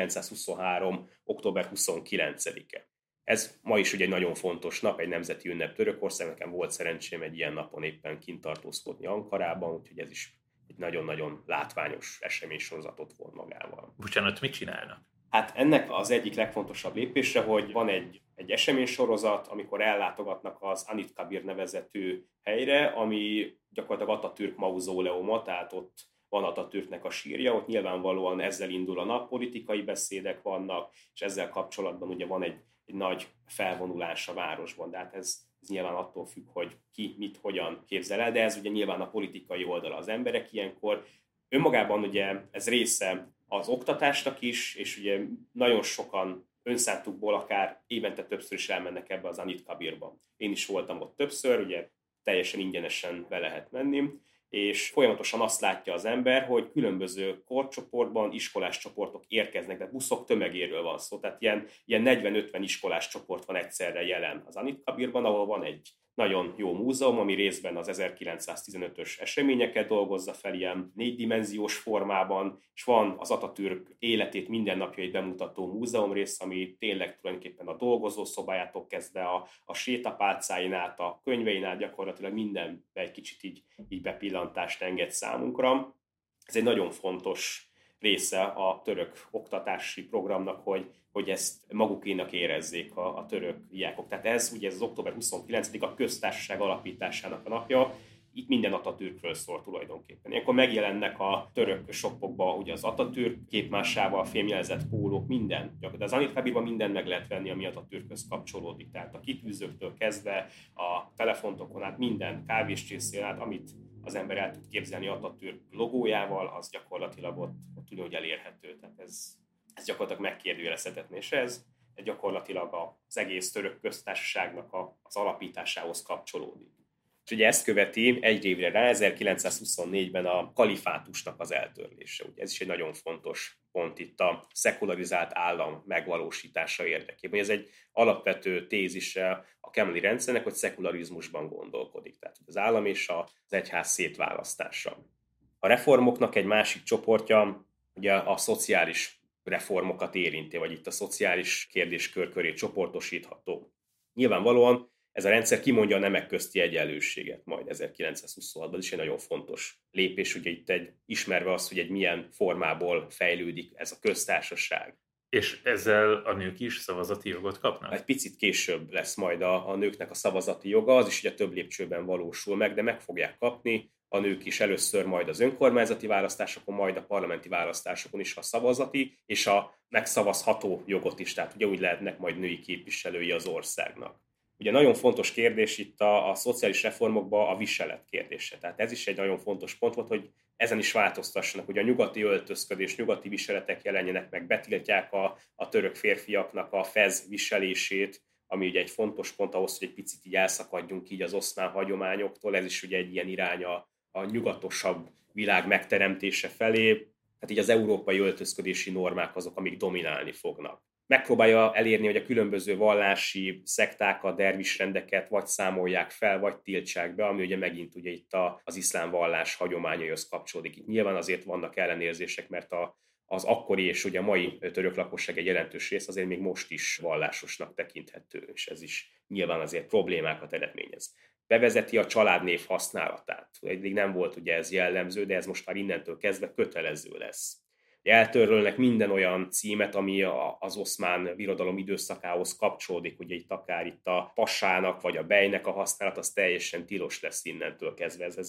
1923. október 29-e. Ez ma is ugye egy nagyon fontos nap, egy nemzeti ünnep Törökország. Nekem volt szerencsém egy ilyen napon éppen kint tartózkodni Ankarában, úgyhogy ez is egy nagyon-nagyon látványos eseménysorozatot von magával. Bocsánat, mit csinálnak? Hát ennek az egyik legfontosabb lépése, hogy van egy eseménysorozat, amikor ellátogatnak az Anıtkabir nevezetű helyre, ami gyakorlatilag Atatürk mauzóleuma, tehát ott van Atatürknek a sírja, ott nyilvánvalóan ezzel indul a nap, politikai beszédek vannak, és ezzel kapcsolatban ugye van egy nagy felvonulás a városban, de hát ez nyilván attól függ, hogy ki mit hogyan képzel el, de ez ugye nyilván a politikai oldala az emberek ilyenkor. Önmagában ugye ez része az oktatásnak is, és ugye nagyon sokan önszántukból akár évente többször is elmennek ebbe az Anıtkabirba. Én is voltam ott többször, ugye teljesen ingyenesen be lehet menni, és folyamatosan azt látja az ember, hogy különböző korcsoportban iskolás csoportok érkeznek, de buszok tömegéről van szó, tehát ilyen 40-50 iskolás csoport van egyszerre jelen az Anıtkabirban, ahol van egy nagyon jó múzeum, ami részben az 1915-ös eseményeket dolgozza fel ilyen 4-dimenziós formában, és van az Atatürk életét, mindennapjait bemutató múzeumrész, ami tényleg tulajdonképpen a dolgozószobájától kezdve a sétapálcáin át, a könyvein át gyakorlatilag mindenbe egy kicsit így bepillantást enged számunkra. Ez egy nagyon fontos része a török oktatási programnak, hogy ezt magukénak érezzék a török diákok. Tehát ez az október 29. a köztársaság alapításának a napja, itt minden Atatürkről szól tulajdonképpen. Ilyenkor megjelennek a török shopokba ugye az Atatürk képmásával, fémjelzett pólók, minden. Gyakorlatilag az Anıtkabirban mindent meg lehet venni, ami Atatürkhöz kapcsolódik. Tehát a kitűzőktől kezdve a telefontokon át minden kávéscsészén át, amit az ember el tud képzelni Atatürk logójával, az gyakorlatilag ott ugyanúgy elérhető. Tehát ez gyakorlatilag megkérdőjelezhetetlen, és ez gyakorlatilag az egész török köztársaságnak az alapításához kapcsolódik. És ugye ezt követi egy évre rá, 1924-ben a kalifátusnak az eltörlése. Ugye ez is egy nagyon fontos pont itt a szekularizált állam megvalósítása érdekében. Ez egy alapvető tézise a kemeli rendszernek, hogy szekularizmusban gondolkodik. Tehát az állam és az egyház szétválasztása. A reformoknak egy másik csoportja ugye a szociális reformokat érinti, vagy itt a szociális kérdéskör köré csoportosítható. Nyilvánvalóan ez a rendszer kimondja a nemek közti egyenlőséget majd 1926-ban, is egy nagyon fontos lépés, ugye itt ismerve azt, hogy egy milyen formából fejlődik ez a köztársaság. És ezzel a nők is szavazati jogot kapnak? Egy picit később lesz majd a nőknek a szavazati joga, az is ugye több lépcsőben valósul meg, de meg fogják kapni a nők is először majd az önkormányzati választásokon, majd a parlamenti választásokon is a szavazati és a megszavazható jogot is, tehát ugye úgy lehetnek majd női képviselői az országnak. Ugye nagyon fontos kérdés itt a szociális reformokban a viselet kérdése. Tehát ez is egy nagyon fontos pont volt, hogy ezen is változtassanak, hogy a nyugati öltözködés, nyugati viseletek jelenjenek meg, betiltják a török férfiaknak a fez viselését, ami ugye egy fontos pont ahhoz, hogy egy picit így elszakadjunk így az oszmán hagyományoktól. Ez is ugye egy ilyen irány a nyugatosabb világ megteremtése felé. Tehát így az európai öltözködési normák azok, amik dominálni fognak. Megpróbálja elérni, hogy a különböző vallási szektákat, dervisrendeket vagy számolják fel, vagy tiltsák be, ami ugye megint ugye itt az iszlám vallás hagyományaihoz kapcsolódik. Itt nyilván azért vannak ellenérzések, mert az akkori és ugye a mai török lakosság egy jelentős rész azért még most is vallásosnak tekinthető, és ez is nyilván azért problémákat eredményez. Bevezeti a családnév használatát. Eddig nem volt ugye ez jellemző, de ez most már innentől kezdve kötelező lesz. Eltörölnek minden olyan címet, ami az oszmán birodalom időszakához kapcsolódik, ugye itt a passának vagy a bejnek a használat, az teljesen tilos lesz innentől kezdve, ez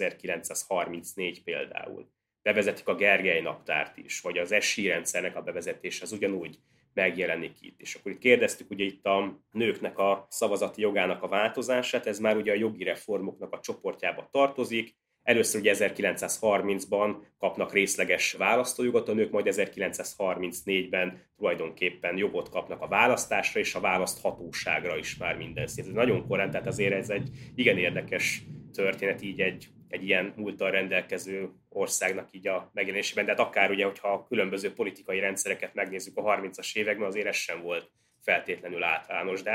1934 például. Bevezetik a Gergely naptárt is, vagy az SI rendszernek a bevezetése, az ugyanúgy megjelenik itt. És akkor itt kérdeztük ugye itt a nőknek a szavazati jogának a változását, ez már ugye a jogi reformoknak a csoportjába tartozik. Először ugye 1930-ban kapnak részleges választójogot a nők, majd 1934-ben tulajdonképpen jogot kapnak a választásra és a választhatóságra is már minden szinten. Ez nagyon korán, tehát azért ez egy igen érdekes történet így egy ilyen múlttal rendelkező országnak így a megjelenésében, de hát akár ugye, hogyha a különböző politikai rendszereket megnézzük a 30-as években, azért ez sem volt feltétlenül általános, de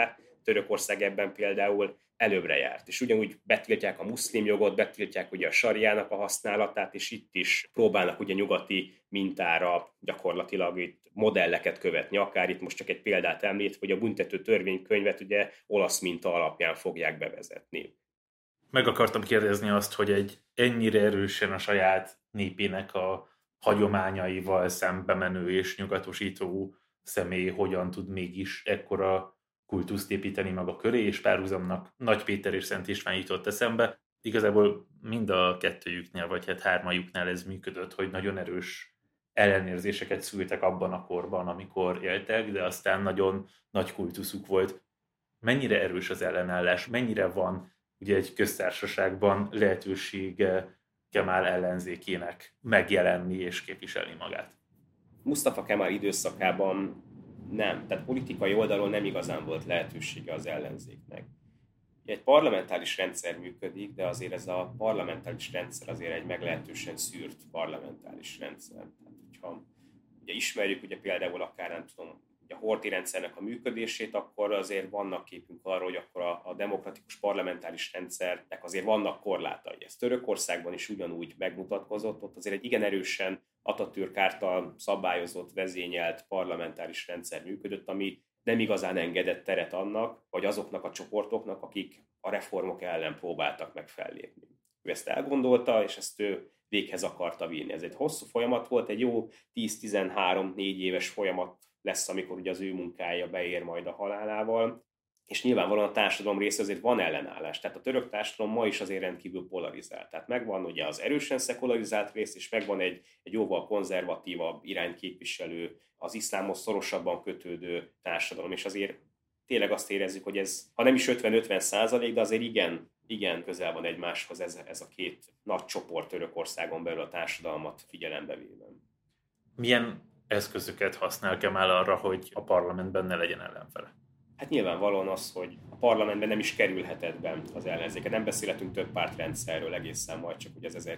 Törökország ebben például előbbre járt. És ugyanúgy betiltják a muszlim jogot, betiltják ugye a sariának a használatát, és itt is próbálnak ugye nyugati mintára gyakorlatilag itt modelleket követni, akár itt most csak egy példát említ, hogy a büntető törvénykönyvet ugye olasz minta alapján fogják bevezetni. Meg akartam kérdezni azt, hogy egy ennyire erősen a saját népének a hagyományaival szembe menő és nyugatosító személy hogyan tud mégis ekkora kultuszt építeni maga köré, és párhuzamnak Nagy Péter és Szent István jutott eszembe. Igazából mind a kettőjüknél, vagy hát hármajuknál ez működött, hogy nagyon erős ellenérzéseket szültek abban a korban, amikor éltek, de aztán nagyon nagy kultuszuk volt. Mennyire erős az ellenállás, mennyire van ugye egy köztársaságban lehetősége Kemal ellenzékének megjelenni és képviselni magát? Mustafa Kemal időszakában nem, tehát politikai oldalon nem igazán volt lehetősége az ellenzéknek. Egy parlamentáris rendszer működik, de azért ez a parlamentáris rendszer azért egy meglehetősen szűrt parlamentáris rendszer. Tehát, hogyha ugye ismerjük ugye például akár nem tudom, a Horthy rendszernek a működését, akkor azért vannak képünk arról, hogy akkor a demokratikus parlamentáris rendszernek azért vannak korlátai. Ez Törökországban is ugyanúgy megmutatkozott, ott azért egy igen erősen Atatürk által szabályozott, vezényelt parlamentáris rendszer működött, ami nem igazán engedett teret annak, vagy azoknak a csoportoknak, akik a reformok ellen próbáltak meg fellépni. Ő ezt elgondolta, és ezt ő véghez akarta vinni. Ez egy hosszú folyamat volt, egy jó 10-13-4 éves folyamat lesz, amikor ugye az ő munkája beér majd a halálával, és nyilvánvalóan a társadalom része azért van ellenállás. Tehát a török társadalom ma is azért rendkívül polarizált. Tehát megvan ugye az erősen szekularizált rész, és megvan egy jóval konzervatívabb irányt képviselő, az iszlámhoz szorosabban kötődő társadalom, és azért tényleg azt érezzük, hogy ez, ha nem is 50-50%, de azért igen közel van egymáshoz ez a két nagy csoport Törökországon belül a társadalmat figyelembe véve. Milyen eszközöket használ Kemal arra, hogy a parlamentben ne legyen ellenfele? Hát nyilvánvalóan az, hogy a parlamentben nem is kerülhetett be az ellenzéke. Nem beszélhetünk több pártrendszerről egészen majd, csak hogy az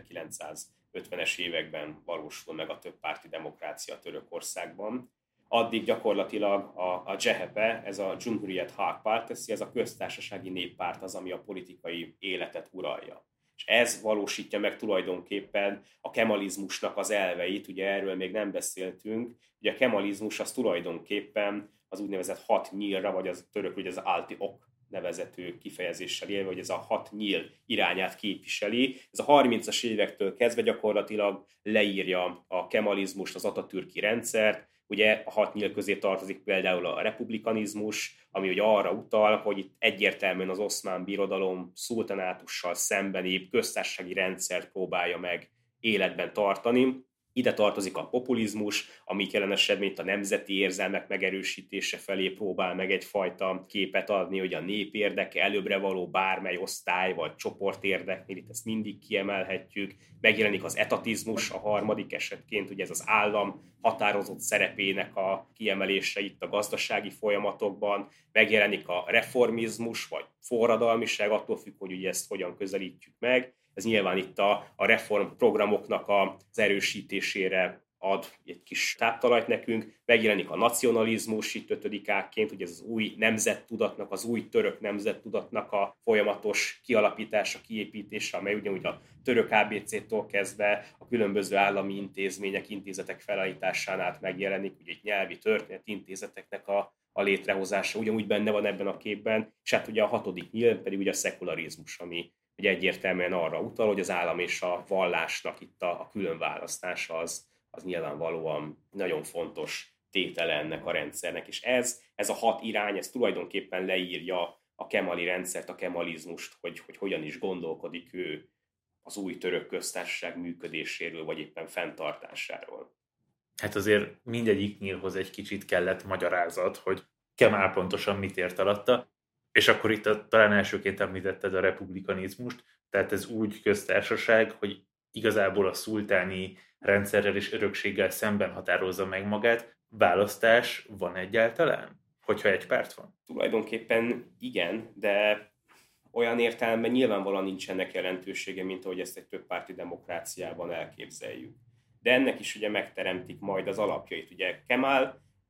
1950-es években valósul meg a többpárti demokrácia Törökországban. Addig gyakorlatilag a CHP, ez a Cumhuriyet Halk Partisi, ez a köztársasági néppárt az, ami a politikai életet uralja. És ez valósítja meg tulajdonképpen a kemalizmusnak az elveit, ugye erről még nem beszéltünk, ugye a kemalizmus az tulajdonképpen az úgynevezett 6 nyílra, vagy az török, ugye az alti ok nevezető kifejezéssel élve, hogy ez a 6 nyíl irányát képviseli. Ez a 30-as évektől kezdve gyakorlatilag leírja a kemalizmust, az atatürki rendszert. Ugye a 6 nyíl közé tartozik például a republikanizmus, ami ugye arra utal, hogy itt egyértelműen az oszmán birodalom szultanátussal szembeni köztársasági rendszert próbálja meg életben tartani. Ide tartozik a populizmus, ami jelen esetben a nemzeti érzelmek megerősítése felé próbál meg egyfajta képet adni, hogy a nép érdeke előbbre való bármely osztály vagy csoport érdeknél, itt ezt mindig kiemelhetjük. Megjelenik az etatizmus a harmadik esetként, ugye ez az állam határozott szerepének a kiemelése itt a gazdasági folyamatokban. Megjelenik a reformizmus vagy forradalmiság, attól függ, hogy ugye ezt hogyan közelítjük meg. Ez nyilván itt a reformprogramoknak az erősítésére ad egy kis táptalajt nekünk. Megjelenik a nacionalizmus itt 5. ágként, ugye ez az új nemzettudatnak, az új török nemzettudatnak a folyamatos kialapítása, kiépítése, amely ugyanúgy a török ABC-tól kezdve a különböző állami intézmények, intézetek felállításán át megjelenik, ugye egy nyelvi történet intézeteknek a létrehozása ugyanúgy benne van ebben a képben, és hát ugye a 6. nyíl pedig ugye a szekularizmus, ami ugye egyértelműen arra utal, hogy az állam és a vallásnak itt a különválasztása az nyilvánvalóan nagyon fontos tétele ennek a rendszernek. És ez a 6 irány, ez tulajdonképpen leírja a kemali rendszert, a kemalizmust, hogy hogyan is gondolkodik ő az új török köztársaság működéséről, vagy éppen fenntartásáról. Hát azért mindegyik nyílhoz egy kicsit kellett magyarázat, hogy Kemal pontosan mit ért alatta. És akkor itt talán elsőként említetted a republikanizmust, tehát ez úgy köztársaság, hogy igazából a szultáni rendszerrel és örökséggel szemben határozza meg magát. Választás van egyáltalán, hogyha egy párt van? Tulajdonképpen igen, de olyan értelemben nyilvánvalóan nincs ennek jelentősége, mint ahogy ezt egy többpárti demokráciában elképzeljük. De ennek is ugye megteremtik majd az alapjait. Ugye Kemal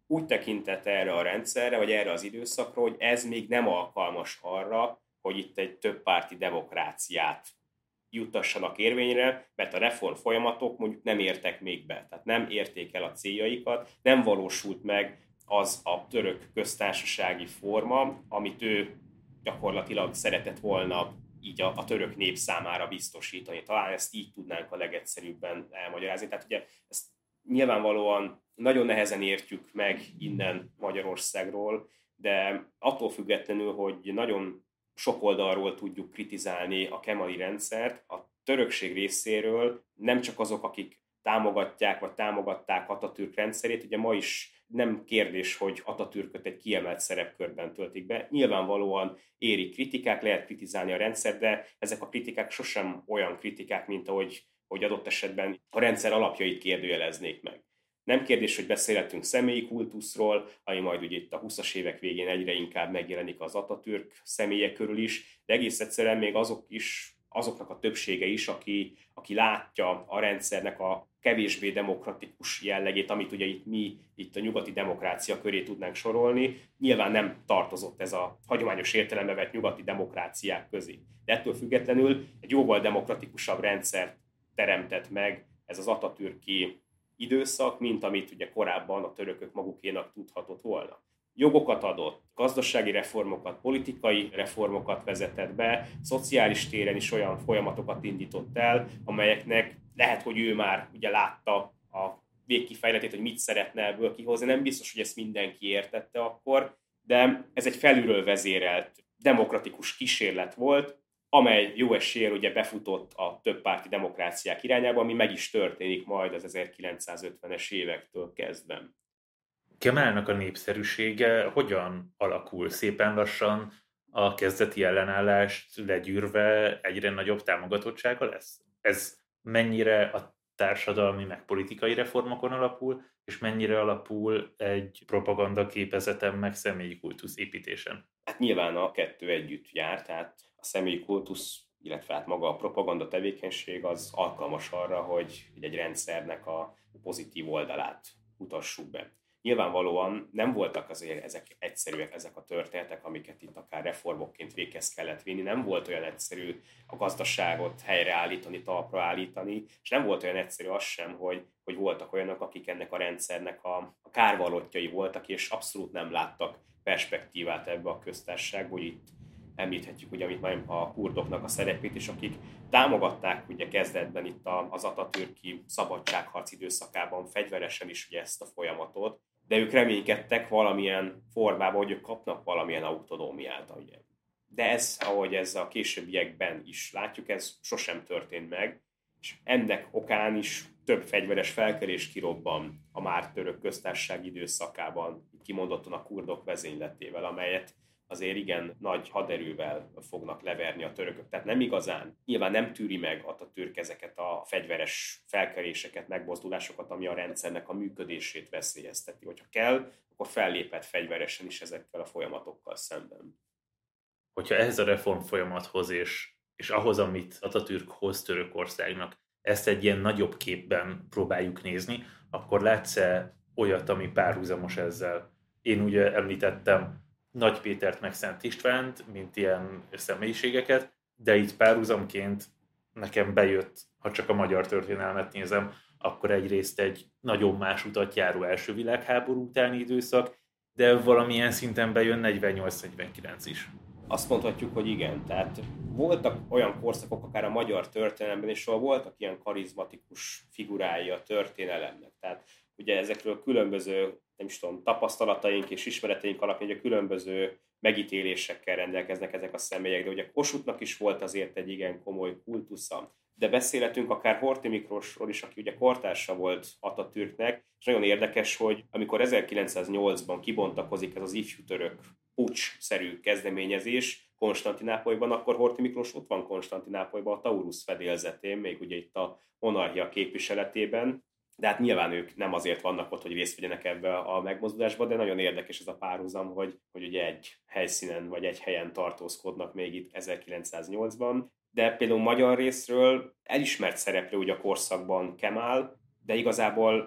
úgy tekintett erre a rendszerre, vagy erre az időszakra, hogy ez még nem alkalmas arra, hogy itt egy többpárti demokráciát juttassanak érvényre, mert a reform folyamatok mondjuk nem értek még be, tehát nem érték el a céljaikat, nem valósult meg az a török köztársasági forma, amit ő gyakorlatilag szeretett volna így a török nép számára biztosítani. Talán ezt így tudnánk a legegyszerűbben elmagyarázni. Tehát ugye ezt nyilvánvalóan nagyon nehezen értjük meg innen Magyarországról, de attól függetlenül, hogy nagyon sok oldalról tudjuk kritizálni a kemali rendszert, a törökség részéről nem csak azok, akik támogatják vagy támogatták Atatürk rendszerét, ugye ma is nem kérdés, hogy Atatürköt egy kiemelt szerepkörben töltik be. Nyilvánvalóan éri kritikák, lehet kritizálni a rendszer, de ezek a kritikák sosem olyan kritikák, mint ahogy adott esetben a rendszer alapjait kérdőjeleznék meg. Nem kérdés, hogy beszélhetünk személyi kultuszról, ami majd ugye itt a 20-as évek végén egyre inkább megjelenik az Atatürk személye körül is, de egész egyszerűen még azoknak a többsége is, aki látja a rendszernek a kevésbé demokratikus jellegét, amit ugye itt a nyugati demokrácia köré tudnánk sorolni, nyilván nem tartozott ez a hagyományos értelembe vett nyugati demokráciák közé. De ettől függetlenül egy jóval demokratikusabb rendszert teremtett meg ez az atatürki időszak, mint amit ugye korábban a törökök magukénak tudhatott volna. Jogokat adott, gazdasági reformokat, politikai reformokat vezetett be, szociális téren is olyan folyamatokat indított el, amelyeknek lehet, hogy ő már ugye látta a végkifejletét, hogy mit szeretne ebből kihozni. Nem biztos, hogy ezt mindenki értette akkor, de ez egy felülről vezérelt demokratikus kísérlet volt, amely jó eséllyel ugye befutott a többpárti demokráciák irányába, ami meg is történik majd az 1950-es évektől kezdve. Kemalnak a népszerűsége hogyan alakul? Szépen lassan a kezdeti ellenállást legyűrve egyre nagyobb támogatottsága lesz? Ez mennyire a társadalmi meg politikai reformokon alapul, és mennyire alapul egy propaganda képezeten meg személyi kultusz építésen? Hát nyilván a kettő együtt jár, tehát a személyi kultusz, illetve hát maga a propaganda tevékenység az alkalmas arra, hogy egy rendszernek a pozitív oldalát mutassuk be. Nyilvánvalóan nem voltak azért ezek egyszerűek, ezek a történetek, amiket itt akár reformokként véghez kellett vinni. Nem volt olyan egyszerű a gazdaságot helyreállítani, talpra állítani, és nem volt olyan egyszerű az sem, hogy voltak olyanok, akik ennek a rendszernek a kárvallottjai voltak, és abszolút nem láttak perspektívát ebbe a köztársaságba, hogy itt említhetjük ugye, amit már a kurdoknak a szerepét, és akik támogatták ugye kezdetben itt az atatürki szabadságharc időszakában fegyveresen is ugye ezt a folyamatot, de ők reménykedtek valamilyen formában, hogy ők kapnak valamilyen autonómiát. Ugye. De ez, ahogy ez a későbbiekben is látjuk, ez sosem történt meg, és ennek okán is több fegyveres felkelés kirobban a már török köztársaság időszakában, kimondottan a kurdok vezényletével, amelyet azért igen nagy haderővel fognak leverni a törökök. Tehát nem igazán, nyilván nem tűri meg Atatürk ezeket a fegyveres felkeléseket, megmozdulásokat, ami a rendszernek a működését veszélyezteti. Hogyha kell, akkor fellépett fegyveresen is ezekkel a folyamatokkal szemben. Hogyha ehhez a reform folyamathoz és ahhoz, amit Atatürk hoz Törökországnak, ezt egy ilyen nagyobb képben próbáljuk nézni, akkor látsz-e olyat, ami párhuzamos ezzel? Én ugye említettem Nagy Pétert meg Szent Istvánt, mint ilyen személyiségeket, de itt párhuzamként nekem bejött, ha csak a magyar történelmet nézem, akkor egyrészt egy nagyon más utat járó első világháború utáni időszak, de valamilyen szinten bejön 48-49 is. Azt mondhatjuk, hogy igen. Tehát voltak olyan korszakok akár a magyar történelemben is, ahol voltak ilyen karizmatikus figurái a történelemnek. Tehát ugye ezekről különböző, nem is tudom, tapasztalataink és ismereteink alapján ugye különböző megítélésekkel rendelkeznek ezek a személyek, de ugye Kossuthnak is volt azért egy igen komoly kultusza. De beszélhetünk akár Horthy Miklósról is, aki ugye kortársa volt Atatürknek, és nagyon érdekes, hogy amikor 1908-ban kibontakozik ez az ifjú török puccs-szerű kezdeményezés Konstantinápolyban, akkor Horthy Miklós ott van Konstantinápolyban a Taurus fedélzetén, még ugye itt a monarchia képviseletében, de hát nyilván ők nem azért vannak ott, hogy részt vegyenek ebbe a megmozdulásba, de nagyon érdekes ez a párhuzam, hogy ugye egy helyszínen vagy egy helyen tartózkodnak még itt 1908-ban. De például magyar részről elismert szereplő ugye a korszakban Kemal, de igazából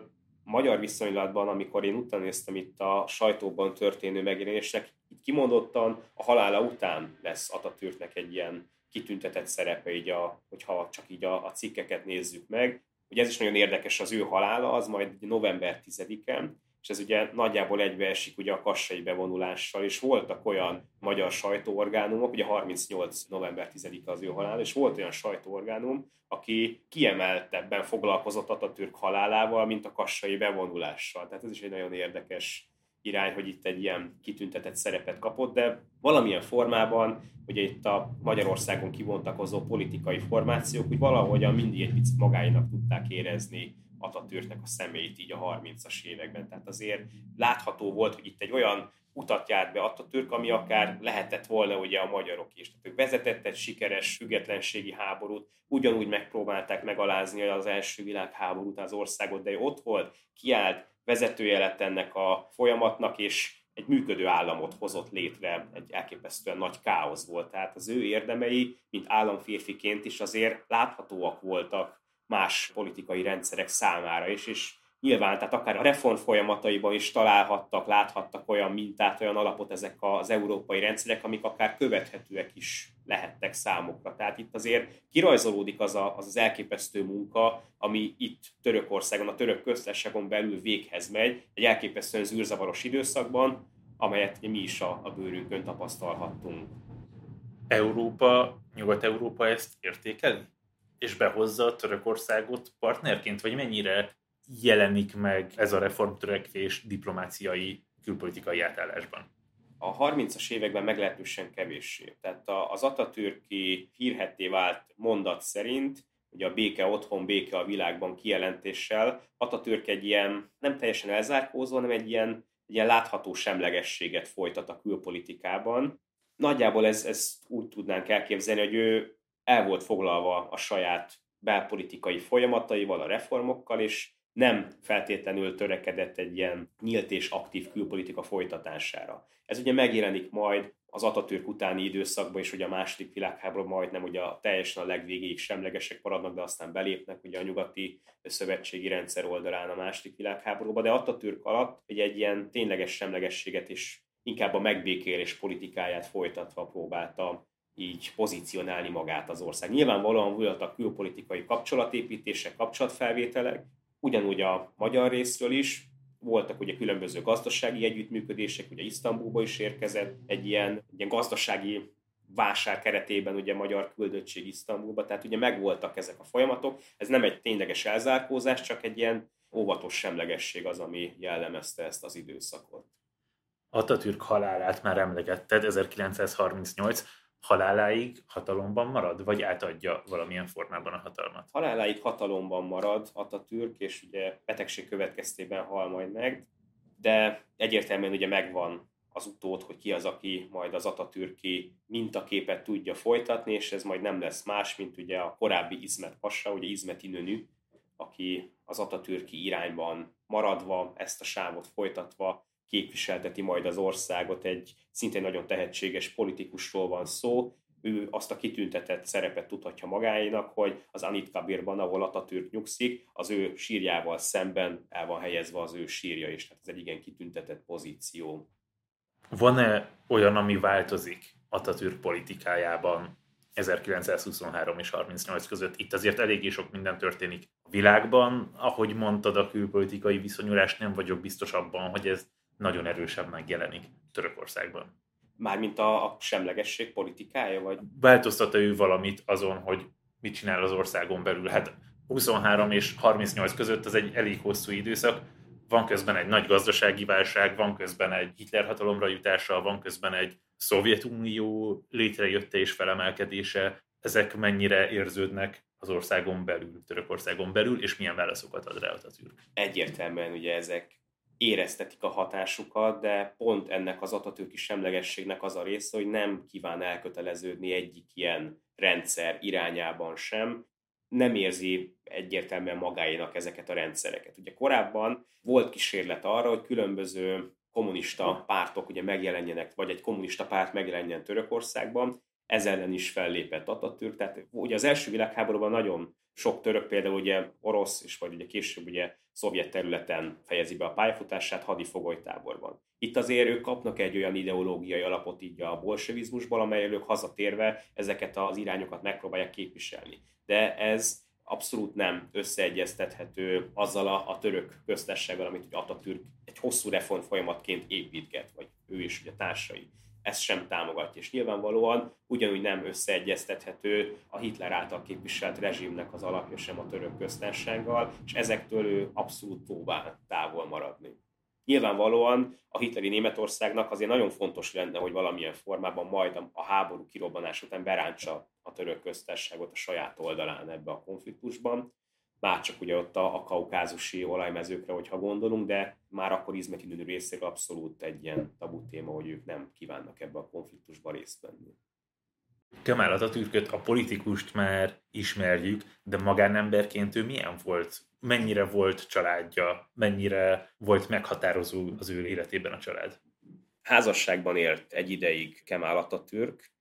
magyar viszonylatban, amikor én utána néztem itt a sajtóban történő megjelenésnek, itt kimondottan a halála után lesz Atatürknek egy ilyen kitüntetett szerepe, hogyha csak így a cikkeket nézzük meg. Ugye ez is nagyon érdekes, az ő halála, az majd november 10-en, és ez ugye nagyjából egybeesik ugye a kassai bevonulással, és voltak olyan magyar sajtóorgánumok, ugye 38. november 10-e az ő halála, és volt olyan sajtóorgánum, aki kiemeltebben foglalkozott Atatürk halálával, mint a kassai bevonulással. Tehát ez is egy nagyon érdekes irány, hogy itt egy ilyen kitüntetett szerepet kapott, de valamilyen formában, ugye itt a Magyarországon kibontakozó politikai formációk, úgy valahogyan mindig egy picit magáinak tudták érezni Atatürknek a személyét így a 30-as években. Tehát azért látható volt, hogy itt egy olyan utat járt be Atatürk, ami akár lehetett volna ugye a magyarok is. Tehát ők vezetett egy sikeres függetlenségi háborút, ugyanúgy megpróbálták megalázni az első világháború után az országot, de ő ott volt, kiállt, vezetője lett ennek a folyamatnak, és egy működő államot hozott létre, egy elképesztően nagy káosz volt. Tehát az ő érdemei, mint államférfiként is azért láthatóak voltak más politikai rendszerek számára is, és nyilván, tehát akár a reform folyamataiban is láthattak olyan mintát, olyan alapot ezek az európai rendszerek, amik akár követhetőek is lehettek számukra. Tehát itt azért kirajzolódik az elképesztő munka, ami itt Törökországon, a török köztársaságon belül véghez megy, egy elképesztően zűrzavaros időszakban, amelyet mi is a bőrünkön tapasztalhattunk. Nyugat-Európa ezt értékeli? És behozza a Törökországot partnerként, vagy mennyire jelenik meg ez a reformtörekvés diplomáciai, külpolitikai átállásban? A 30-as években meglehetősen kevéssé. Tehát az atatürki hírhedté vált mondat szerint, ugye a béke otthon, béke a világban kijelentéssel Atatürk egy ilyen, nem teljesen elzárkózó, hanem egy ilyen látható semlegességet folytat a külpolitikában. Nagyjából ezt úgy tudnánk elképzelni, hogy ő el volt foglalva a saját belpolitikai folyamataival, a reformokkal, és nem feltétlenül törekedett egy ilyen nyílt és aktív külpolitika folytatására. Ez ugye megjelenik majd az Atatürk utáni időszakban is, hogy a második világháború majdnem ugye teljesen a legvégéig semlegesek maradnak, de aztán belépnek ugye a nyugati szövetségi rendszer oldalán a második világháborúba, de Atatürk alatt egy ilyen tényleges semlegességet is inkább a megbékélés politikáját folytatva próbálta így pozícionálni magát az ország. Nyilvánvalóan voltak külpolitikai kapcsolatépítések, kapcsolatfelvételek, ugyanúgy a magyar részről is, voltak ugye különböző gazdasági együttműködések, ugye Isztambulba is érkezett egy ilyen gazdasági válság keretében ugye magyar küldöttség Isztambulba, tehát ugye megvoltak ezek a folyamatok, ez nem egy tényleges elzárkózás, csak egy ilyen óvatos semlegesség az, ami jellemezte ezt az időszakot. Atatürk halálát már emlegetted, 1938 haláláig hatalomban marad, vagy átadja valamilyen formában a hatalmat? Haláláig hatalomban marad Atatürk, és ugye betegség következtében hal majd meg, de egyértelműen ugye megvan az utód, hogy ki az, aki majd az atatürki mintaképet tudja folytatni, és ez majd nem lesz más, mint ugye a korábbi İsmet Pasa, ugye İsmet İnönü, aki az atatürki irányban maradva, ezt a sávot folytatva képviselteti majd az országot, egy szintén nagyon tehetséges politikusról van szó, ő azt a kitüntetett szerepet tudhatja magáénak, hogy az Anıtkabirban, ahol Atatürk nyugszik, az ő sírjával szemben el van helyezve az ő sírja is, tehát ez egy igen kitüntetett pozíció. Van-e olyan, ami változik Atatürk politikájában 1923 és 38 között? Itt azért eléggé sok minden történik a világban. Ahogy mondtad, a külpolitikai viszonyulás, nem vagyok biztos abban, hogy ez nagyon erősen megjelenik Törökországban. Mármint a semlegesség politikája, vagy? Változtat-e ő valamit azon, hogy mit csinál az országon belül? Hát 23 és 38 között az egy elég hosszú időszak, van közben egy nagy gazdasági válság, van közben egy Hitler hatalomra jutása, van közben egy Szovjetunió létrejötte és felemelkedése. Ezek mennyire érződnek az országon belül, Törökországon belül, és milyen válaszokat ad rá Atatürk? Egyértelműen ugye ezek éreztetik a hatásukat, de pont ennek az atatürki semlegességnek az a része, hogy nem kíván elköteleződni egyik ilyen rendszer irányában sem, nem érzi egyértelműen magáénak ezeket a rendszereket. Ugye korábban volt kísérlet arra, hogy különböző kommunista pártok ugye megjelenjenek, vagy egy kommunista párt megjelenjen Törökországban. ez ellen is fellépett Atatürk. Tehát ugye az első világháborúban nagyon sok török, például ugye orosz, és vagy ugye később ugye szovjet területen fejezi be a pályafutását hadifogolytáborban. Itt azért ők kapnak egy olyan ideológiai alapot így a bolsevizmusból, amelyel ők hazatérve ezeket az irányokat megpróbálják képviselni. De ez abszolút nem összeegyeztethető azzal a török köztársasággal, amit ugye Atatürk egy hosszú reform folyamatként építget, vagy ő is ugye társai. Ezt sem támogatja, és nyilvánvalóan ugyanúgy nem összeegyeztethető a Hitler által képviselt rezsimnek az alapja sem a török köztársasággal, és ezektől ő abszolút próbál távol maradni. Nyilvánvalóan a hitleri Németországnak azért nagyon fontos lenne, hogy valamilyen formában majd a háború kirobbanás után berántsa a török köztársaságot a saját oldalán ebbe a konfliktusban. Már csak ugye ott a kaukázusi olajmezőkre, hogyha gondolunk, de már akkor Izmetindő részéről abszolút egy ilyen tabu téma, hogy ők nem kívánnak ebbe a konfliktusba részt venni. Kemal Atatürköt, a politikust már ismerjük, de magánemberként ő milyen volt? Mennyire volt családja? Mennyire volt meghatározó az ő életében a család? Házasságban élt egy ideig Kemal Atatürk,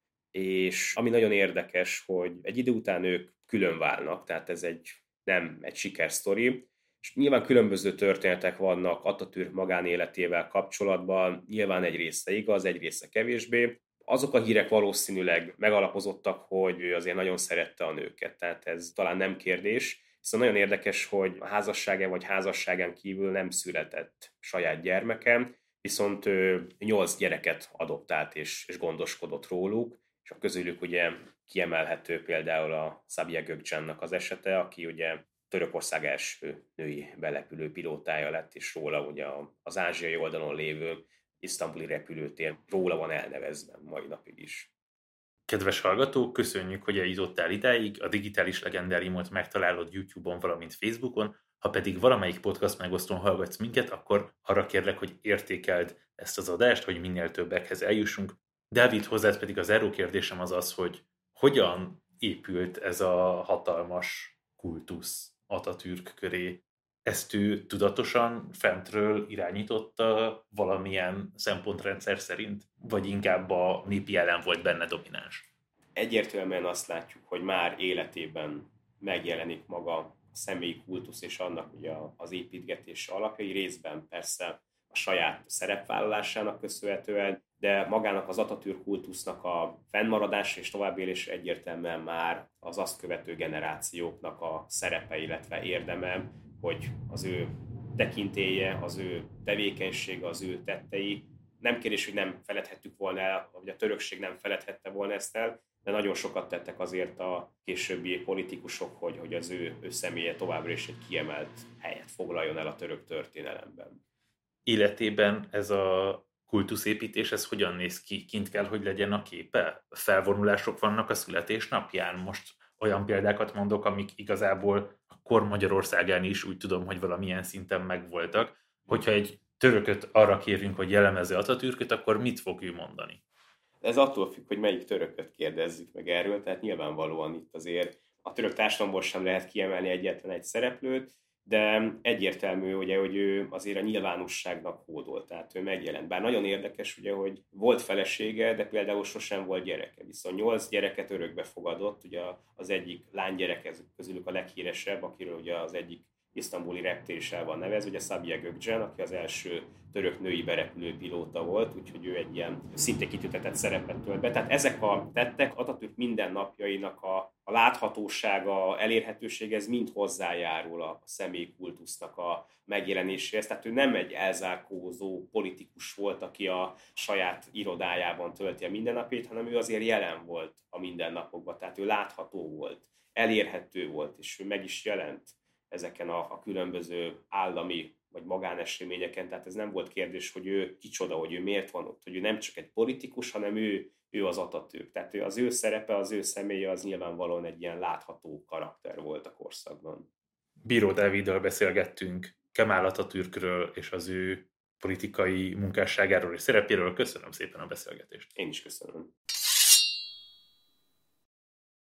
és ami nagyon érdekes, hogy egy idő után ők külön válnak, tehát ez nem egy sikersztori, és nyilván különböző történetek vannak Atatürk magánéletével kapcsolatban, nyilván egy része igaz, egy része kevésbé. Azok a hírek valószínűleg megalapozottak, hogy ő azért nagyon szerette a nőket, tehát ez talán nem kérdés. Viszont nagyon érdekes, hogy a házasságán vagy házasságán kívül nem született saját gyermeke, viszont ő 8 gyereket adoptált és gondoskodott róluk, és a közülük ugye kiemelhető például a Sabiha Gökçennek az esete, aki ugye Törökország első női belepülő pilótája lett, és róla ugye az ázsiai oldalon lévő isztambuli repülőtér róla van elnevezve mai napig is. Kedves hallgatók, köszönjük, hogy eljutottál idáig, a Digitális Legendáriumot megtalálod YouTube-on, valamint Facebookon, ha pedig valamelyik podcast megosztón hallgatsz minket, akkor arra kérlek, hogy értékeld ezt az adást, hogy minél többekhez eljussunk. Dávid, hozzád pedig a záró kérdésem az, hogy hogyan épült ez a hatalmas kultusz Atatürk köré? Ezt ő tudatosan fentről irányította valamilyen szempontrendszer szerint? Vagy inkább a népi ellen volt benne domináns? Egyértelműen azt látjuk, hogy már életében megjelenik maga a személyi kultusz és annak ugye az építgetés alapjai, részben persze a saját szerepvállalásának köszönhetően, de magának az Atatürk kultusznak a fennmaradása és továbbélése egyértelműen már az azt követő generációknak a szerepe, illetve érdeme, hogy az ő tekintélye, az ő tevékenysége, az ő tettei, nem kérdés, hogy nem feledhettük volna el, vagy a törökség nem feledhette volna ezt el, de nagyon sokat tettek azért a későbbi politikusok, hogy az ő személye továbbra is egy kiemelt helyet foglaljon el a török történelemben. Életében ez a kultuszépítés, ez hogyan néz ki? Kint kell, hogy legyen a képe? Felvonulások vannak a születésnapján? Most olyan példákat mondok, amik igazából a kor Magyarországán is úgy tudom, hogy valamilyen szinten megvoltak. Hogyha egy törököt arra kérünk, hogy jellemezze Atatürköt, akkor mit fog ő mondani? Ez attól függ, hogy melyik törököt kérdezzük meg erről, tehát nyilvánvalóan itt azért a török társadalomból sem lehet kiemelni egyetlen egy szereplőt, de egyértelmű, ugye, hogy ő azért a nyilvánosságnak hódolt, tehát ő megjelent. Bár nagyon érdekes, ugye, hogy volt felesége, de például sosem volt gyereke. Viszont 8 gyereket örökbe fogadott, ugye az egyik lánygyerek közülük a leghíresebb, akiről ugye az egyik isztambuli reptér is el van nevezve, ugye Sabiha Gökçen, aki az első török női berepülő pilóta volt, úgyhogy ő egy ilyen szintén kitüntetett szerepet tölt be. Tehát ezek a tettek Atatürk mindennapjainak a láthatósága, elérhetősége, ez mind hozzájárul a személyi kultusznak a megjelenéséhez. Tehát ő nem egy elzárkózó politikus volt, aki a saját irodájában tölti a mindennapjait, hanem ő azért jelen volt a mindennapokban. Tehát ő látható volt, elérhető volt, és ő meg is jelent ezeken a különböző állami vagy magáneseményeken, tehát ez nem volt kérdés, hogy ő kicsoda, hogy ő miért van ott, hogy ő nem csak egy politikus, hanem ő az Atatürk. Tehát az ő szerepe, az ő személye az nyilvánvalóan egy ilyen látható karakter volt a korszakban. Bíró Dáviddal beszélgettünk Kemal Atatürkről és az ő politikai munkásságáról és szerepéről. Köszönöm szépen a beszélgetést. Én is köszönöm.